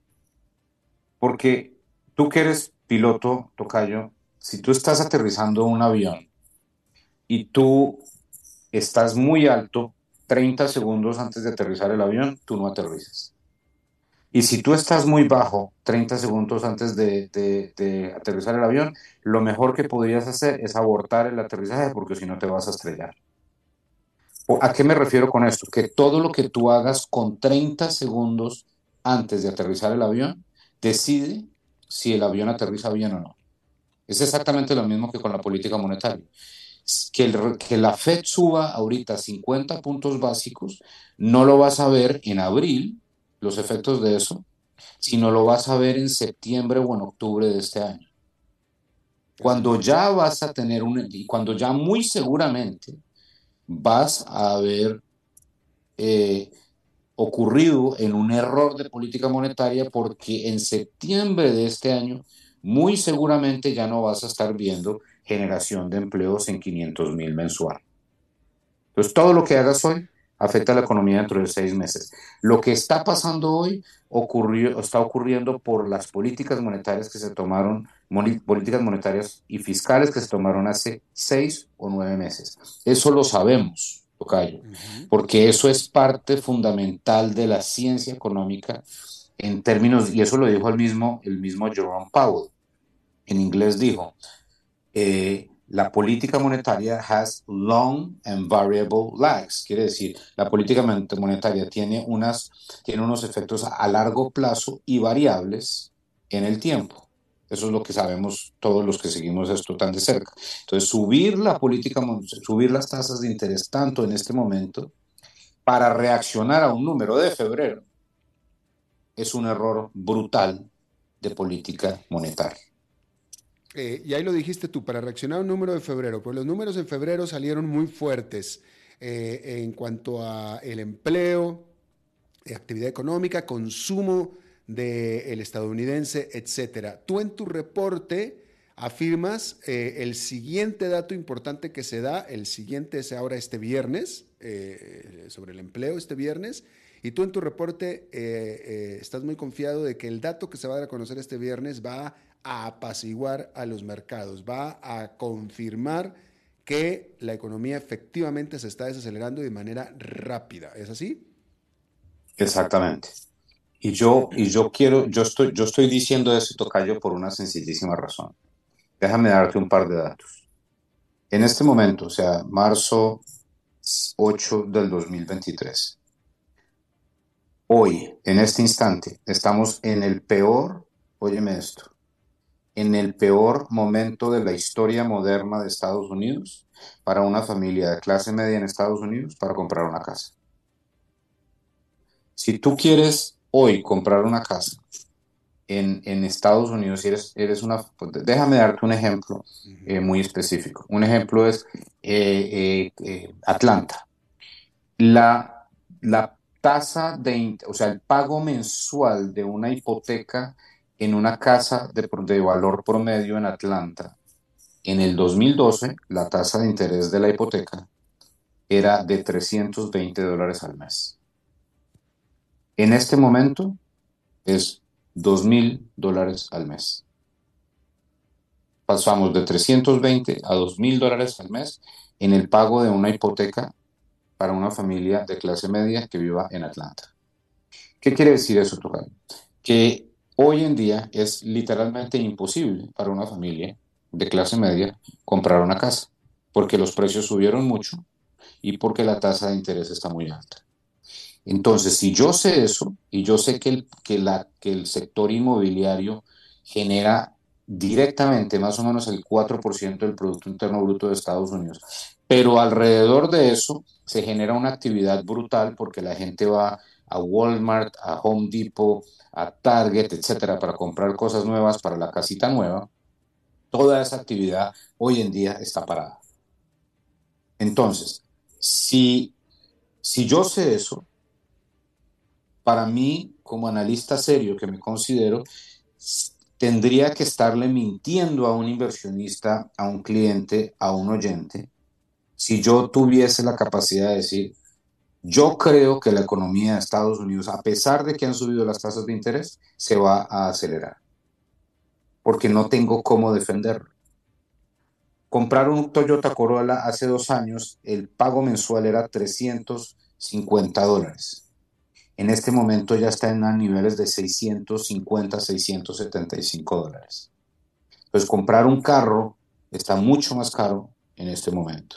Porque tú que eres piloto, tocayo, si tú estás aterrizando un avión y tú estás muy alto, treinta segundos antes de aterrizar el avión, tú no aterrizas. Y si tú estás muy bajo, treinta segundos antes de, de- de aterrizar el avión, lo mejor que podrías hacer es abortar el aterrizaje, porque si no te vas a estrellar. ¿O ¿A qué me refiero con esto? Que todo lo que tú hagas con treinta segundos antes de aterrizar el avión decide si el avión aterriza bien o no. Es exactamente lo mismo que con la política monetaria. Que, el- que la Fed suba ahorita cincuenta puntos básicos, no lo vas a ver en abril, los efectos de eso, sino lo vas a ver en septiembre o en octubre de este año. Cuando ya vas a tener un, y cuando ya muy seguramente vas a haber eh, ocurrido en un error de política monetaria, porque en septiembre de este año muy seguramente ya no vas a estar viendo generación de empleos en quinientos mil mensual. Entonces, todo lo que hagas hoy afecta a la economía dentro de seis meses. Lo que está pasando hoy ocurrió, está ocurriendo por las políticas monetarias que se tomaron, moni- políticas monetarias y fiscales que se tomaron hace seis o nueve meses. Eso lo sabemos, tocayo, Ujú. porque eso es parte fundamental de la ciencia económica en términos, y eso lo dijo el mismo, el mismo Jerome Powell. En inglés dijo, eh, la política monetaria has long and variable lags. Quiere decir, la política monetaria tiene, unas, tiene unos efectos a largo plazo y variables en el tiempo. Eso es lo que sabemos todos los que seguimos esto tan de cerca. Entonces, subir la política, subir las tasas de interés tanto en este momento para reaccionar a un número de febrero es un error brutal de política monetaria. Eh, y ahí lo dijiste tú, para reaccionar a un número de febrero, pues los números en febrero salieron muy fuertes eh, en cuanto a el empleo, eh, actividad económica, consumo del estadounidense, etcétera. Tú en tu reporte afirmas eh, el siguiente dato importante que se da, el siguiente es ahora este viernes, eh, sobre el empleo este viernes, y tú en tu reporte eh, eh, estás muy confiado de que el dato que se va a dar a conocer este viernes va a apaciguar a los mercados, va a confirmar que la economía efectivamente se está desacelerando de manera rápida. ¿Es así? Exactamente. Y yo, y yo quiero, yo estoy, yo estoy diciendo eso, tocayo, por una sencillísima razón. Déjame darte un par de datos. En este momento, o sea, marzo, ocho del dos mil veintitrés. Hoy, en este instante, estamos en el peor, óyeme esto, en el peor momento de la historia moderna de Estados Unidos para una familia de clase media en Estados Unidos para comprar una casa. Si tú quieres hoy comprar una casa en, en Estados Unidos, si eres, eres una... pues, déjame darte un ejemplo eh, muy específico. Un ejemplo es eh, eh, eh, Atlanta. La, la tasa de, o sea, el pago mensual de una hipoteca en una casa de, de valor promedio en Atlanta, en el dos mil doce, la tasa de interés de la hipoteca era de trescientos veinte dólares al mes. En este momento es dos mil dólares al mes. Pasamos de trescientos veinte a dos mil dólares al mes en el pago de una hipoteca para una familia de clase media que viva en Atlanta. ¿Qué quiere decir eso, Tocayo? Que hoy en día es literalmente imposible para una familia de clase media comprar una casa, porque los precios subieron mucho y porque la tasa de interés está muy alta. Entonces, si yo sé eso, y yo sé que el, que la, que el sector inmobiliario genera directamente más o menos el cuatro por ciento del Producto Interno Bruto de Estados Unidos, pero alrededor de eso se genera una actividad brutal porque la gente va a Walmart, a Home Depot, a Target, etcétera, para comprar cosas nuevas para la casita nueva. Toda esa actividad hoy en día está parada. Entonces, si, si yo sé eso, para mí, como analista serio que me considero, tendría que estarle mintiendo a un inversionista, a un cliente, a un oyente, si yo tuviese la capacidad de decir, yo creo que la economía de Estados Unidos, a pesar de que han subido las tasas de interés, se va a acelerar, porque no tengo cómo defenderlo. Comprar un Toyota Corolla hace dos años, el pago mensual era trescientos cincuenta dólares. En este momento ya está en niveles de seiscientos cincuenta, seiscientos setenta y cinco dólares. Pues comprar un carro está mucho más caro en este momento.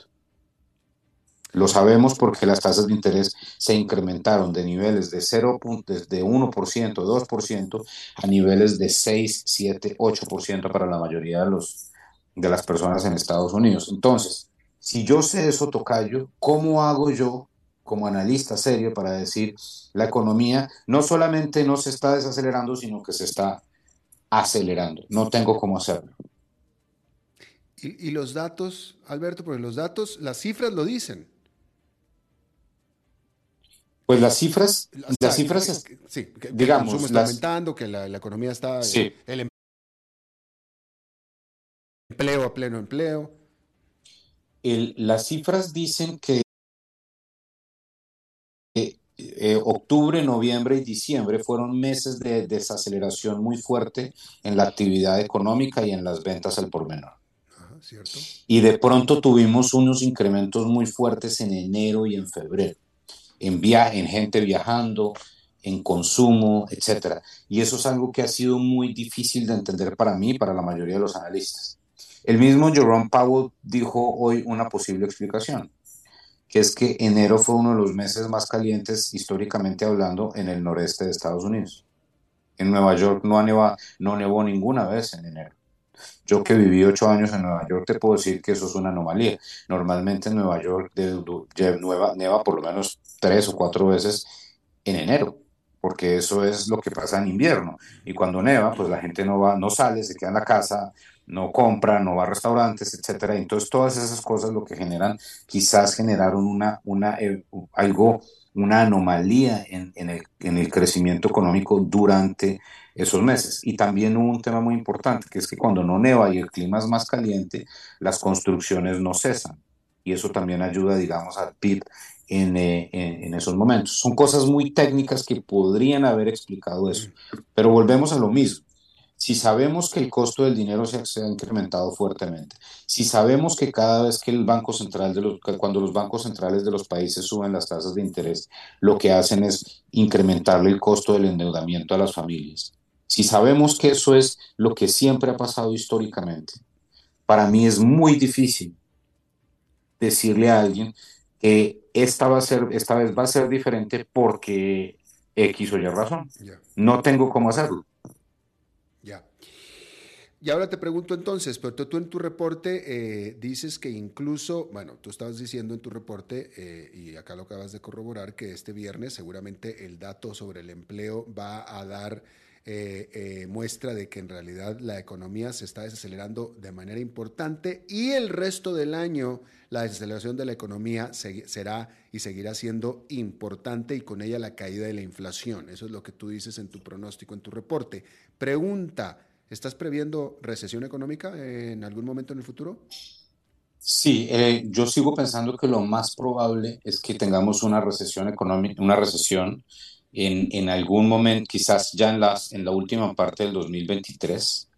Lo sabemos porque las tasas de interés se incrementaron de niveles de cero, de uno por ciento, dos por ciento a niveles de seis, siete, ocho por ciento para la mayoría de, los, de las personas en Estados Unidos. Entonces, si yo sé eso, Tocayo, ¿cómo hago yo como analista serio para decir la economía no solamente no se está desacelerando, sino que se está acelerando? No tengo cómo hacerlo. Y, y los datos, Alberto, porque los datos, las cifras lo dicen. Pues las cifras, O sea, las cifras, que, que, sí, que, digamos, que el consumo está las, aumentando, que la, la economía está, sí. el empleo a pleno empleo. El, las cifras dicen que eh, eh, octubre, noviembre y diciembre fueron meses de desaceleración muy fuerte en la actividad económica y en las ventas al por menor. Ajá, ¿cierto? Y de pronto tuvimos unos incrementos muy fuertes en enero y en febrero. En, via en gente viajando, en consumo, etcétera. Y eso es algo que ha sido muy difícil de entender para mí y para la mayoría de los analistas. El mismo Jerome Powell dijo hoy una posible explicación, que es que enero fue uno de los meses más calientes históricamente hablando en el noreste de Estados Unidos. En Nueva York no, ha nevado, no nevó ninguna vez en enero. Yo que viví ocho años en Nueva York te puedo decir que eso es una anomalía. Normalmente en Nueva York de, de, neva, neva por lo menos tres o cuatro veces en enero, porque eso es lo que pasa en invierno. Y cuando neva, pues la gente no va, no sale, se queda en la casa, no compra, no va a restaurantes, etcétera. Entonces todas esas cosas lo que generan, quizás generaron una, una, eh, algo, una anomalía en, en, el, en el crecimiento económico durante esos meses. Y también hubo un tema muy importante, que es que cuando no neva y el clima es más caliente, las construcciones no cesan. Y eso también ayuda, digamos, al P I B en, eh, en, en esos momentos. Son cosas muy técnicas que podrían haber explicado eso. Pero volvemos a lo mismo. Si sabemos que el costo del dinero se ha, se ha incrementado fuertemente, si sabemos que cada vez que el Banco Central, de los, cuando los bancos centrales de los países suben las tasas de interés, lo que hacen es incrementarle el costo del endeudamiento a las familias. Si sabemos que eso es lo que siempre ha pasado históricamente, para mí es muy difícil decirle a alguien que esta, va a ser, esta vez va a ser diferente porque X o Y razón. Ya, No tengo cómo hacerlo. ya. Y ahora te pregunto entonces, pero tú, tú en tu reporte eh, dices que incluso, bueno, tú estabas diciendo en tu reporte, eh, y acá lo acabas de corroborar, que este viernes seguramente el dato sobre el empleo va a dar eh, eh, muestra de que en realidad la economía se está desacelerando de manera importante y el resto del año la desaceleración de la economía se, será y seguirá siendo importante y con ella la caída de la inflación. Eso es lo que tú dices en tu pronóstico, en tu reporte. Pregunta. ¿Estás previendo recesión económica en algún momento en el futuro? Sí, eh, yo sigo pensando que lo más probable es que tengamos una recesión económica, una recesión en, en algún momento, quizás ya en, las, en la última parte del dos mil veintitrés,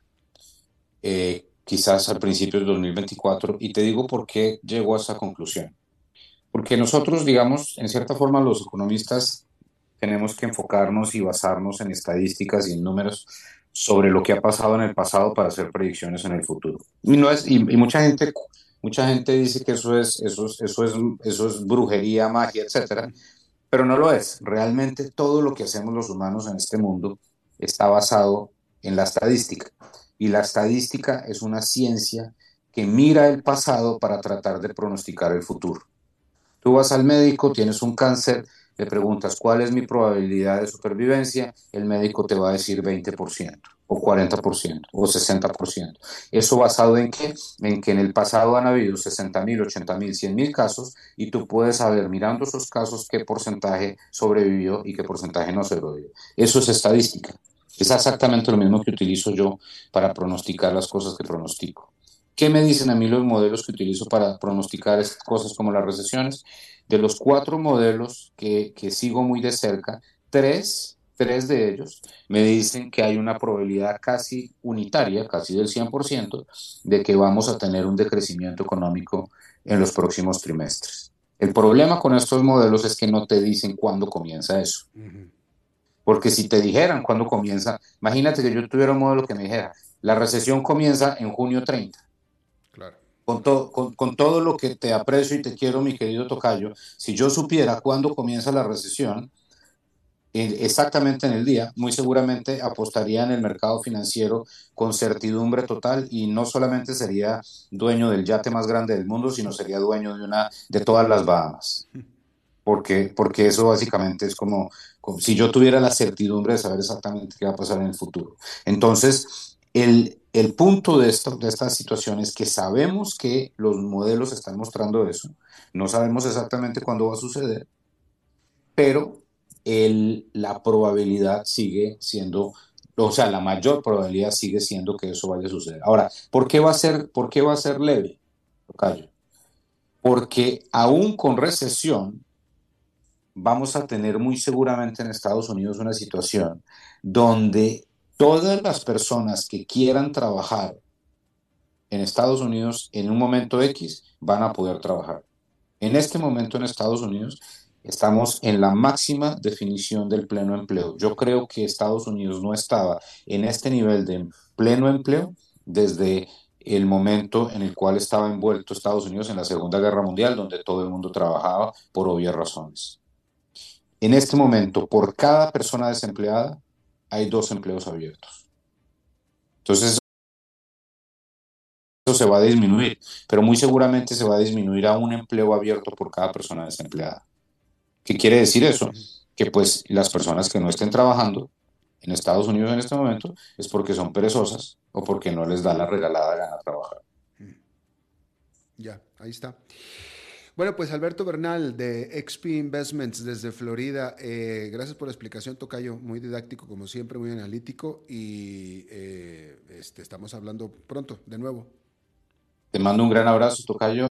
eh, quizás al principio del dos mil veinticuatro, y te digo por qué llego a esa conclusión. Porque nosotros, digamos, en cierta forma los economistas tenemos que enfocarnos y basarnos en estadísticas y en números sobre lo que ha pasado en el pasado para hacer predicciones en el futuro. Y, no es, y, y mucha gente, mucha gente dice que eso es, eso es, eso es, eso es brujería, magia, etcétera, pero no lo es. Realmente todo lo que hacemos los humanos en este mundo está basado en la estadística. Y la estadística es una ciencia que mira el pasado para tratar de pronosticar el futuro. Tú vas al médico, tienes un cáncer, le preguntas cuál es mi probabilidad de supervivencia, el médico te va a decir veinte por ciento o cuarenta por ciento o sesenta por ciento. ¿Eso basado en qué? En que en el pasado han habido sesenta mil, ochenta mil, cien mil casos y tú puedes saber mirando esos casos qué porcentaje sobrevivió y qué porcentaje no sobrevivió. Eso es estadística. Es exactamente lo mismo que utilizo yo para pronosticar las cosas que pronostico. ¿Qué me dicen a mí los modelos que utilizo para pronosticar cosas como las recesiones? De los cuatro modelos que, que sigo muy de cerca, tres, tres de ellos me dicen que hay una probabilidad casi unitaria, casi del cien por ciento, de que vamos a tener un decrecimiento económico en los próximos trimestres. El problema con estos modelos es que no te dicen cuándo comienza eso. Uh-huh. Porque si te dijeran cuándo comienza, imagínate que yo tuviera un modelo que me dijera, la recesión comienza en junio treinta. Claro. Con, to, con, con todo lo que te aprecio y te quiero, mi querido tocayo, si yo supiera cuándo comienza la recesión, eh, exactamente en el día, muy seguramente apostaría en el mercado financiero con certidumbre total y no solamente sería dueño del yate más grande del mundo, sino sería dueño de, una, de todas las Bahamas. Porque, porque eso básicamente es como, como si yo tuviera la certidumbre de saber exactamente qué va a pasar en el futuro. Entonces, el, el punto de, esto, de esta situación es que sabemos que los modelos están mostrando eso, no sabemos exactamente cuándo va a suceder, pero el, la probabilidad sigue siendo, o sea, la mayor probabilidad sigue siendo que eso vaya a suceder. Ahora, ¿por qué va a ser, por qué va a ser leve, Tocayo? Porque aún con recesión, vamos a tener muy seguramente en Estados Unidos una situación donde todas las personas que quieran trabajar en Estados Unidos en un momento X van a poder trabajar. En este momento en Estados Unidos estamos en la máxima definición del pleno empleo. Yo creo que Estados Unidos no estaba en este nivel de pleno empleo desde el momento en el cual estaba envuelto Estados Unidos en la Segunda Guerra Mundial, donde todo el mundo trabajaba por obvias razones. En este momento, por cada persona desempleada, hay dos empleos abiertos. Entonces, eso se va a disminuir, pero muy seguramente se va a disminuir a un empleo abierto por cada persona desempleada. ¿Qué quiere decir eso? Que pues las personas que no estén trabajando en Estados Unidos en este momento es porque son perezosas o porque no les da la regalada gana trabajar. Ya, ahí está. Bueno, pues Alberto Bernal de X P Investments desde Florida, eh, gracias por la explicación, tocayo, muy didáctico como siempre, muy analítico y eh, este, estamos hablando pronto de nuevo. Te mando un gran abrazo, tocayo,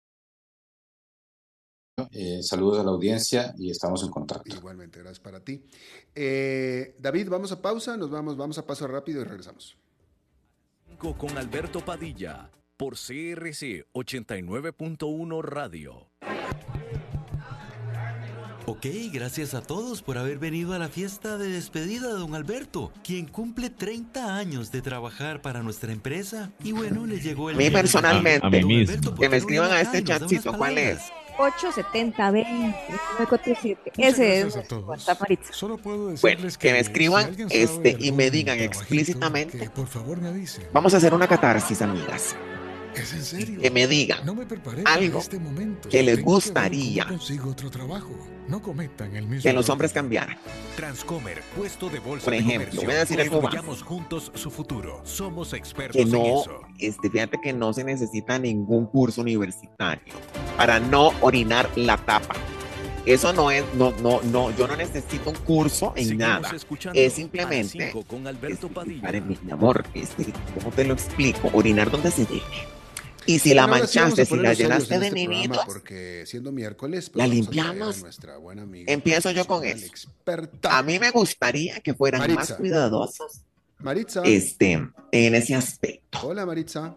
eh, saludos a la audiencia y estamos en contacto. Igualmente, gracias para ti. Eh, David, vamos a pausa, nos vamos, vamos a paso rápido y regresamos. Con Alberto Padilla por C R C ochenta y nueve punto uno Radio. Ok, gracias a todos por haber venido a la fiesta de despedida de don Alberto, quien cumple treinta años de trabajar para nuestra empresa. Y bueno, le llegó el... A mí personalmente, a, a mí mismo. que me escriban a este chatcito, ¿cuál es? ocho siete cero dos cero nueve cuatro siete. Muchas Ese gracias es a nuestro todos. WhatsApp, Maritza. Solo puedo Bueno, decirles que me si escriban alguien sabe este de y me algún digan trabajito, explícitamente. que por favor me avisen. Vamos a hacer una catarsis, amigas. ¿Es en serio? Que me digan No me preparé algo para este momento. que les Tengo que ver gustaría cómo consigo otro trabajo. No cometan el mismo que los error hombres que yo. cambiaran. Transcomer, puesto de bolsa Por de ejemplo, comercio. voy a decir algo más. Construyamos juntos su futuro. Somos expertos Que en no, eso. este, fíjate que no se necesita ningún curso universitario para no orinar la tapa. Eso no es, no, no, no, yo no necesito un curso en Seguimos nada. escuchando Es a simplemente, las cinco con Alberto este, Padilla. pare, mi mi amor, este, ¿cómo te lo explico? Orinar donde se llegue. Y si la Bueno, ahora sí vamos manchaste, a si la ponernos serios llenaste en de este programa, ninitos, porque siendo miércoles, pues la vamos a traer a limpiamos. nuestra buena amiga Empiezo yo con profesional, eso. experta. A mí me gustaría que fueran más Maritza. cuidadosos Maritza. este, en ese aspecto. Hola, Maritza.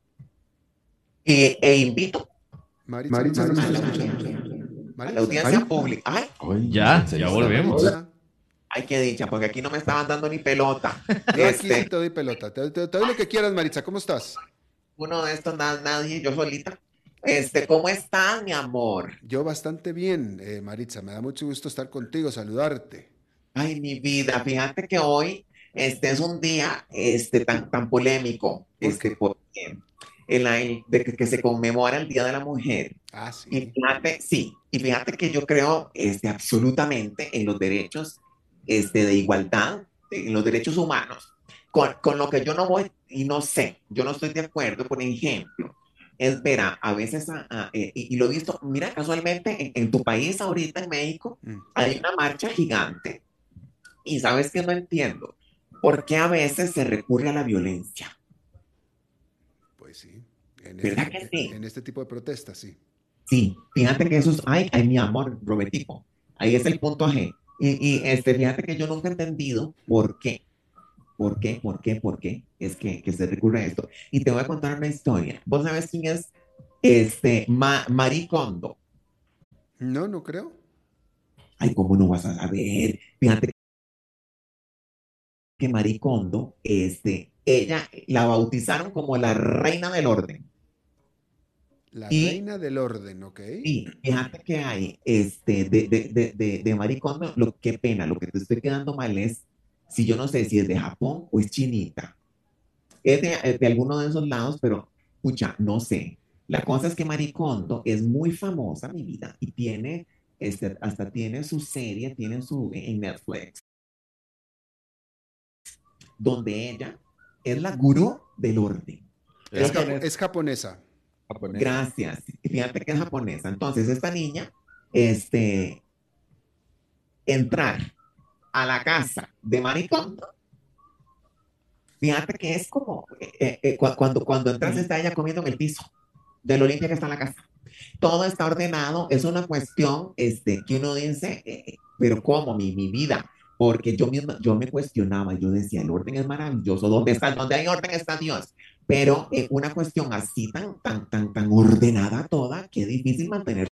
E, e invito Maritza, Maritza, no no me me está está escuchando. a la audiencia pública. Ay, Ya, ya volvemos. Maritza. ay, qué dicha, porque aquí no me estaban dando ni pelota. Yo aquí sí Este, te doy pelota. Te, te- te doy lo que quieras, Maritza. ¿Cómo estás? uno de estos, na- nadie, yo solita. Este, ¿cómo estás, mi amor? Yo bastante bien, eh, Maritza. Me da mucho gusto estar contigo, saludarte. Ay, mi vida, fíjate que hoy este es un día este, tan, tan polémico, ¿Por este, qué? porque el, el- de que, que se conmemora el Día de la Mujer. Ah, Y sí. fíjate, sí, y fíjate que yo creo este, absolutamente en los derechos este, de igualdad, en los derechos humanos, con, con lo que yo no voy y no sé, yo no estoy de acuerdo, por ejemplo, es ver a, a veces, a- a- eh, y, y lo he visto, mira, casualmente en, en tu país ahorita, en México, Mm. hay una marcha gigante, y sabes que no entiendo, ¿por qué a veces se recurre a la violencia? Pues sí. En ¿Verdad este, que sí? en este tipo de protestas, sí. Sí, fíjate que eso es, ay, ay, mi amor, Robertico, ahí es el punto G. Y, y este, fíjate que yo nunca he entendido por qué, por qué, por qué, por qué es que, que se recurre a esto. Y te voy a contar una historia. ¿Vos sabes quién es este Ma- Marie Kondo? No, no creo. Ay, ¿cómo no vas a saber? Fíjate que Marie Kondo, este, ella la bautizaron como la reina del orden. La Y- reina del orden, ¿ok? Y fíjate que hay, este, de, de, de, de, de Marie Kondo, lo que pena, lo que te estoy quedando mal es, si yo no sé si es de Japón o es chinita. Es de, es de alguno de esos lados, pero, pucha, no sé. La cosa es que Marie Kondo es muy famosa, mi vida, y tiene, este, hasta tiene su serie, tiene su, en Netflix, donde ella es la gurú del orden. Es, Ella- japo- es japonesa. Gracias. Y fíjate que es japonesa. Entonces, esta niña, este, entrar a la casa de Marie Kondo, fíjate que es como, eh, eh, cu- cuando, cuando entras está ella comiendo en el piso, de lo limpia que está la casa. Todo está ordenado, es una cuestión, este, que uno dice, eh, pero ¿cómo? Mi, mi vida. Porque yo misma, yo me cuestionaba, yo decía, el orden es maravilloso, ¿dónde está? Donde hay orden está Dios. Pero eh, una cuestión así tan, tan, tan, tan ordenada toda, que es difícil mantener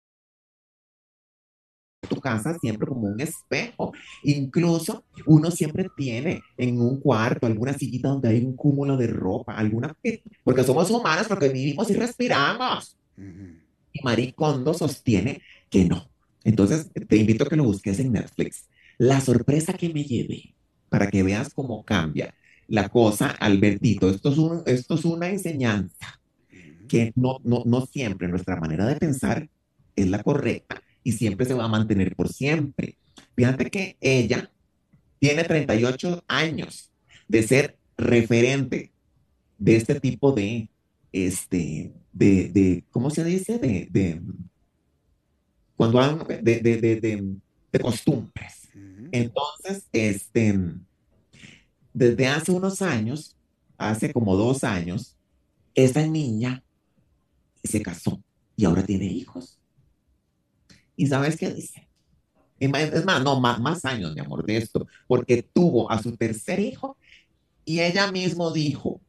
tu casa siempre como un espejo. Incluso uno siempre tiene en un cuarto alguna sillita donde hay un cúmulo de ropa, alguna, porque somos humanos, porque vivimos y respiramos. Ujú. Y Marie Kondo sostiene que no. Entonces, te invito a que lo busques en Netflix. La sorpresa que me llevé, para que veas cómo cambia la cosa, Albertito. Esto es, un, esto es una enseñanza que no, no, no siempre nuestra manera de pensar es la correcta y siempre se va a mantener por siempre. Fíjate que ella tiene treinta y ocho años de ser referente de este tipo de, este, de, de ¿cómo se dice? De, de cuando han, de, de, de, de, de costumbres. Ujú. Entonces, este, desde hace unos años, hace como dos años, esta niña se casó y ahora tiene hijos. ¿Y sabes qué dice? Es más, es más, no, más, más años, mi amor, de esto, porque tuvo a su tercer hijo y ella mismo dijo,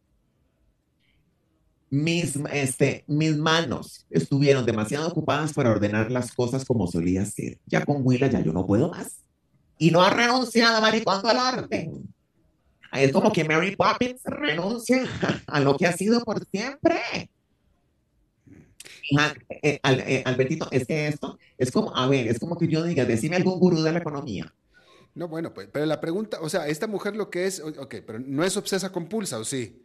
mis, este, mis manos estuvieron demasiado ocupadas para ordenar las cosas como solía ser. Ya con Willa ya yo no puedo más. Y no ha renunciado, Marie Kondo, al orden. Es como que Mary Poppins renuncia a lo que ha sido por siempre. Fija- eh, Al- eh, Albertito, es que esto es como, a ver, es como que yo diga, decime algún gurú de la economía. No, bueno, pues, pero la pregunta, o sea, esta mujer lo que es, o- ok, pero no es obsesa compulsa, ¿o sí?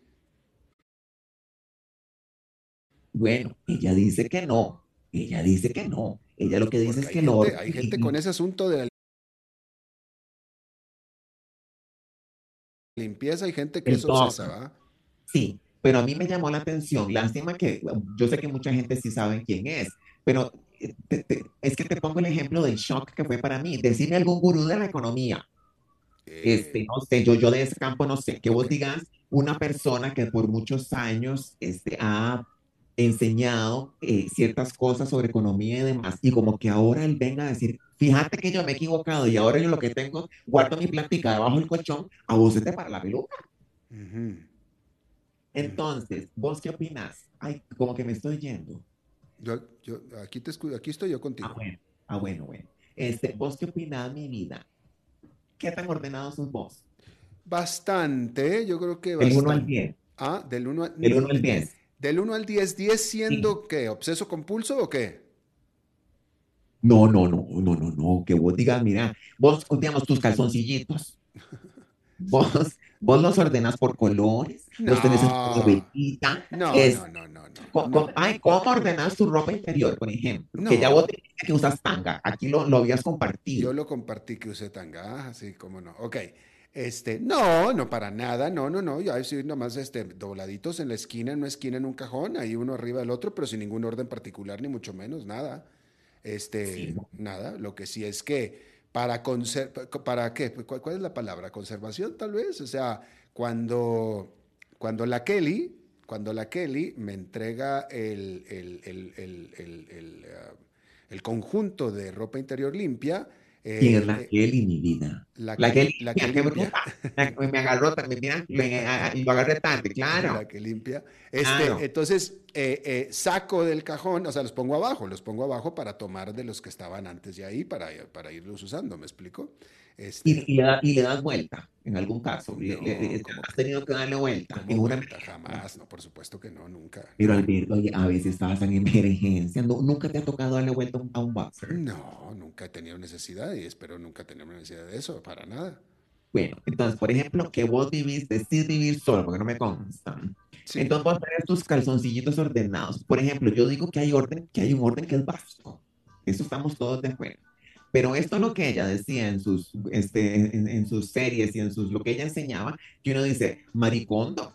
Bueno, ella dice que no, ella dice que no, ella lo que dice Porque es hay que el gente, orden, hay gente y- con y- ese asunto de la limpieza, hay gente que es obsesa, entonces, ¿va? sí, pero a mí me llamó la atención, lástima que yo sé que mucha gente sí sabe quién es, pero eh, te- te- es que te pongo el ejemplo del shock que fue para mí, decirme algún gurú de la economía. Eh, Este, no sé, yo, yo de ese campo no sé, que ok. vos digas una persona que por muchos años este, ha enseñado eh, ciertas cosas sobre economía y demás, y como que ahora él venga a decir, fíjate que yo me he equivocado y ahora yo lo que tengo, guardo mi plática debajo del colchón, a vos se te para la peluca. Ujú. Entonces, ¿vos qué opinás? Ay, como que me estoy yendo. Yo, yo, aquí te escu- aquí estoy yo Ah, contigo. bueno, ah, bueno, bueno. Este, ¿vos qué opinás, mi vida? ¿Qué tan ordenados sos vos? Bastante, yo creo que Del uno al bastante. diez. Ah, del uno a- Del uno al de- diez. del uno al diez, diez Sí. siendo ¿qué? ¿Obseso compulso o qué? No, no, no, no, no, no, que vos digas, mira, vos, digamos, tus calzoncillitos, vos, vos los ordenas por colores, los tenés en tu No, gavetita, no, es, no, no, no, no, co- co- no, ay, ¿cómo ordenas tu ropa interior, por ejemplo? Que ya vos no. dijiste que usas tanga, aquí lo, lo habías Yo compartido. lo compartí que usé tanga, así como no. Ok, este, no, no para nada, no, no, no. Yo ahí sí nomás este, dobladitos en la esquina, en una esquina, en un cajón, ahí uno arriba del otro, pero sin ningún orden particular, ni mucho menos, nada. Sí, Este, no, nada. Lo que sí es que para conser ¿para qué? ¿Cuál, cuál es la palabra? Conservación, tal vez. O sea, cuando, cuando la Kelly, cuando la Kelly me entrega el, el, el, el, el, el, uh, el conjunto de ropa interior limpia, ¿quién es eh, la eh, Kelly, mi vida? la La que, Kelly, la que mira, qué limpia, bruta, la- me agarró también, mira, lo, lo agarré tarde, claro, la que limpia. Este, claro. entonces, eh, eh, saco del cajón, o sea, los pongo abajo, los pongo abajo para tomar de los que estaban antes de ahí, para, para irlos usando, ¿me explico? Este, Y, y le da- y le das vuelta, en algún caso, le- le- no, le- como, has tenido que darle vuelta, como en una vuelta, emergencia. jamás, no, por supuesto que no, nunca, Pero no. Alberto, oye, a veces estabas en emergencia, no, nunca te ha tocado darle vuelta a un, a un boxer. No, nunca he tenido necesidad y espero nunca tener necesidad de eso, para nada. Bueno, entonces, por ejemplo, que vos vivís, decís vivir solo, porque no me consta. Sí, Entonces vos tenés tus calzoncillitos ordenados. Por ejemplo, yo digo que hay orden, que hay un orden que es básico. Eso estamos todos de acuerdo. Pero esto es lo que ella decía en sus, este, en, en sus series y en sus, lo que ella enseñaba, que uno dice, maricondo,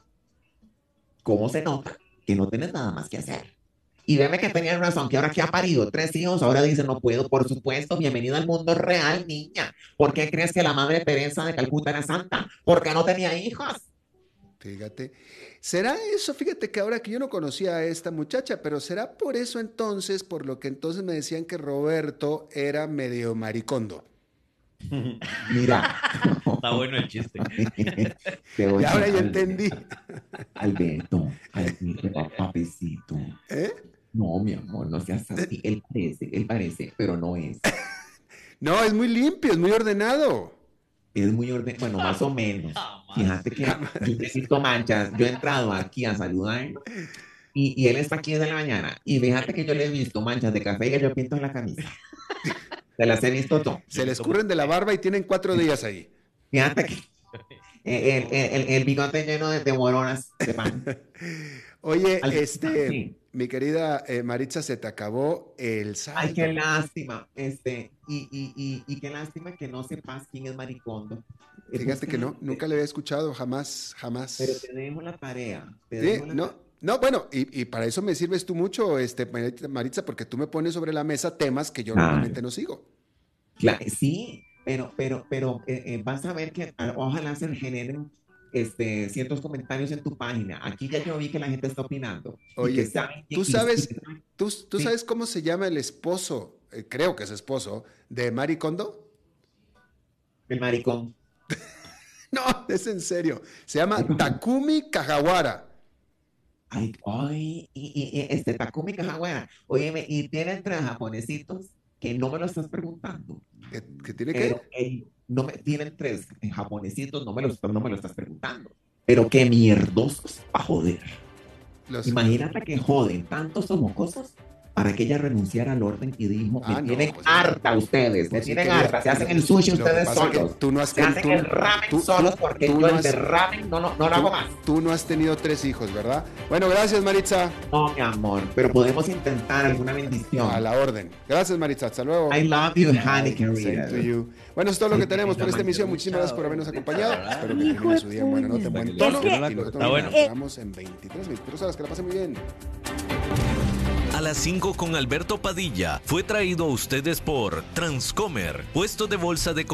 ¿cómo se nota que no tienes nada más que hacer? Y veme que tenía razón, que ahora que ha parido tres hijos, ahora dice, no puedo, por supuesto, bienvenida al mundo real, niña. ¿Por qué crees que la madre Teresa de Calcuta era santa? Porque no tenía hijos. fíjate. ¿Será eso? Fíjate que ahora que yo no conocía a esta muchacha, pero ¿será por eso entonces, por lo que entonces me decían que Roberto era medio maricondo? Mira, Está bueno el chiste. te voy Y a ahora ya Al- entendí. Alberto, al, mi papacito. ¿Eh? No, mi amor, no seas así. Él parece, él parece, pero no es. No, es muy limpio, es muy ordenado. Es muy ordenado, bueno, más o menos. Fíjate que yo he visto manchas. Yo he entrado aquí a saludar y, y él está aquí desde la mañana. Y fíjate que yo le he visto manchas de café y yo pinto en la camisa. Se las he visto todo. Se les escurren de la barba y tienen cuatro días ahí. Fíjate que el, el, el, el bigote lleno de, de moronas de pan. Oye, Al- este, sí. mi querida eh, Maritza, se te acabó el Ay, saldo. qué lástima. Este, y, y, y, y qué lástima que no sepas quién es Maricondo. Eh, Fíjate que no, búscate, nunca le había escuchado, jamás, pero jamás. te dejo la tarea. Te Sí, dejo la no, no, bueno, y, y para eso me sirves tú mucho, este, Maritza, Maritza, porque tú me pones sobre la mesa temas que yo Claro. normalmente no sigo. Cla- sí, pero, pero, pero eh, eh, vas a ver que ah, ojalá se generen este, ciertos comentarios en tu página. Aquí ya yo vi que la gente está opinando. Y que Oye, saben que- ¿tú y- sabes, y- tú, tú Sí. sabes cómo se llama el esposo, eh, creo que es esposo, de Marie Kondo? el maricón. No, es en serio. Se llama Ay, Takumi Kagawara. Ay, ay, y, y- y este Takumi Kajawara, óyeme, y tienen tres japonesitos que no me lo estás preguntando, ¿Que, que tiene pero que? ey, no me, tienen tres japonesitos, no me, los, no me lo estás preguntando, pero qué mierdosos para joder. Los, Imagínate que joden tantos mocosos para que ella renunciara al orden y dijo, Ah, me no, tienen pues, harta ustedes, me pues sí tienen quería- harta, se hacen el sushi Lo que ustedes pasa es que solos, tú no has se ten- hacen tú- el ramen tú- solos tú- porque tú yo no el de has- ramen no, no, no lo hago más. Tú no has tenido tres hijos, ¿verdad? Bueno, gracias, Maritza. No, mi amor, pero podemos intentar alguna bendición. A la orden. Gracias, Maritza. Hasta luego. I love you, honey, Same querida. to you. Bueno, eso es todo lo que tenemos por esta emisión. Muchísimas gracias por habernos acompañado. Espero que termine su día en buena nota, en buen tono. Es que- Y nosotros Está nos bueno. encontramos en veintitrés, veintitrés horas. Que la pasen muy bien. A las cinco con Alberto Padilla fue traído a ustedes por Transcomer, puesto de bolsa de